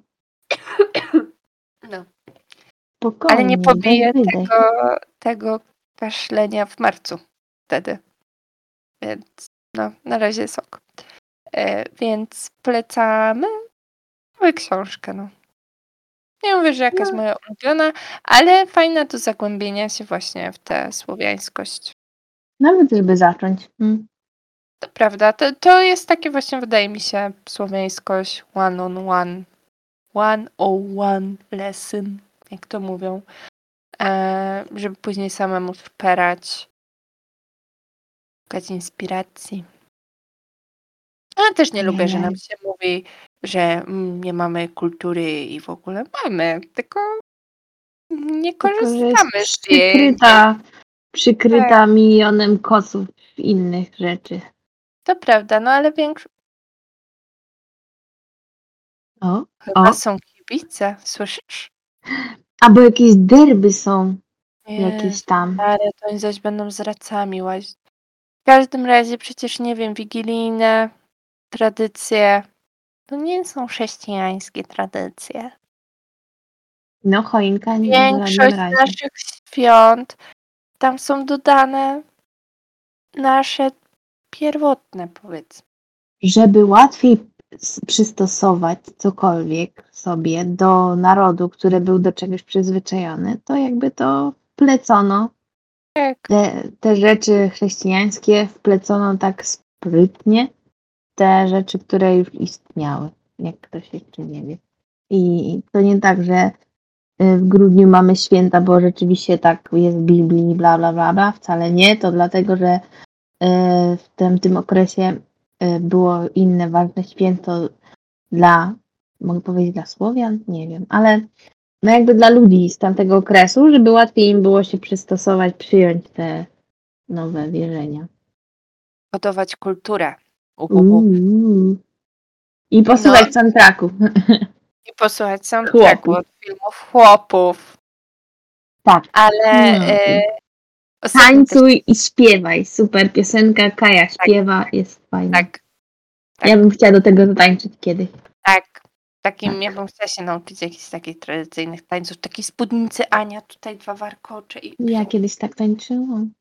No, spokojnie, ale nie weź pobiję wydech. tego, tego kaszlenia w marcu wtedy. Więc no, na razie sok. E, więc polecamy nowe książkę, no. Nie mówię, że jakaś No. moja ulubiona, ale fajna do zagłębienia się właśnie w tę słowiańskość. Nawet żeby zacząć. Mm. To prawda, to, to jest takie właśnie, wydaje mi się, słowiańskość one on one. one on one lesson, jak to mówią. E, żeby później samemu szperać, szukać inspiracji. Ale też nie lubię, że nam się mówi, że mm, nie mamy kultury i w ogóle mamy, tylko nie Tylko, że korzystamy jest z jej. przykryta, przykryta milionem kosów innych rzeczy. To prawda, no ale większość O, chyba o. są kibice, słyszysz? Albo jakieś derby są. Jakieś Jezu, tam. stare, to oni zaś będą z racami łazić. W każdym razie przecież, nie wiem, wigilijne tradycje to nie są chrześcijańskie tradycje. No, choinka nie w żadnym Większość razie. naszych świąt, tam są dodane nasze pierwotne, powiedzmy. Żeby łatwiej s- przystosować cokolwiek sobie do narodu, który był do czegoś przyzwyczajony, to jakby to wplecono. Tak. Te, te rzeczy chrześcijańskie wplecono tak sprytnie, te rzeczy, które już istniały, jak ktoś jeszcze nie wie. I to nie tak, że y, w grudniu mamy święta, bo rzeczywiście tak jest w Biblii, bla, bla, bla, bla. Wcale nie, to dlatego, że y, w tym, tym okresie y, było inne ważne święto dla, mogę powiedzieć dla Słowian? Nie wiem, ale no jakby dla ludzi z tamtego okresu, żeby łatwiej im było się przystosować, przyjąć te nowe wierzenia. Hodować kulturę. Uhuhu. Uuu. I posłuchać No. soundtracku. I posłuchać soundtracku Chłopów. od filmów chłopów. Tak. Ale No. e, ostatnio też, Tańcuj i śpiewaj. Super piosenka, Kaja śpiewa, jest fajna. tak, tak, Ja bym chciała do tego zatańczyć kiedyś. tak. Takim, Tak. ja bym chciała się nauczyć jakichś takich tradycyjnych tańców, takiej spódnicy Ania, tutaj dwa warkocze i Ja kiedyś tak tańczyłam.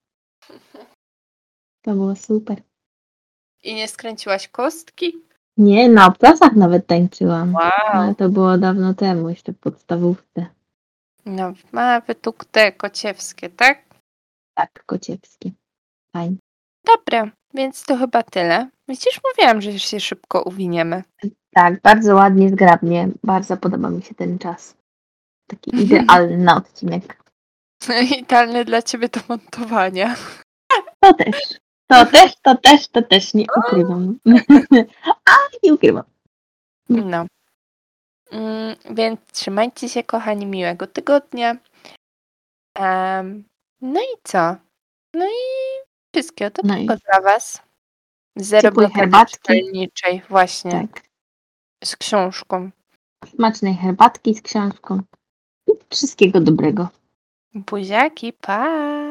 To było super. I nie skręciłaś kostki? Nie, na obcasach nawet tańczyłam. Wow. Ale to było dawno temu, jeszcze w podstawówce. No, ma wytukte kociewskie, tak? Tak, kociewskie. Fajnie. Dobra, więc to chyba tyle. Widzisz, mówiłam, że się szybko uwiniemy. Tak, bardzo ładnie, zgrabnie. Bardzo podoba mi się ten czas. Taki idealny na odcinek. Idealne dla ciebie do montowania. To też. To też, to też, to też nie ukrywam. A, nie ukrywam. No. Mm, więc trzymajcie się, kochani, miłego tygodnia. Em, no i co? No i wszystkiego No dobrego i dla was. Zero ciepłej blokady herbatki. czytelniczej, właśnie, Tak. z książką. Smacznej herbatki z książką. I wszystkiego dobrego. Buziaki, pa!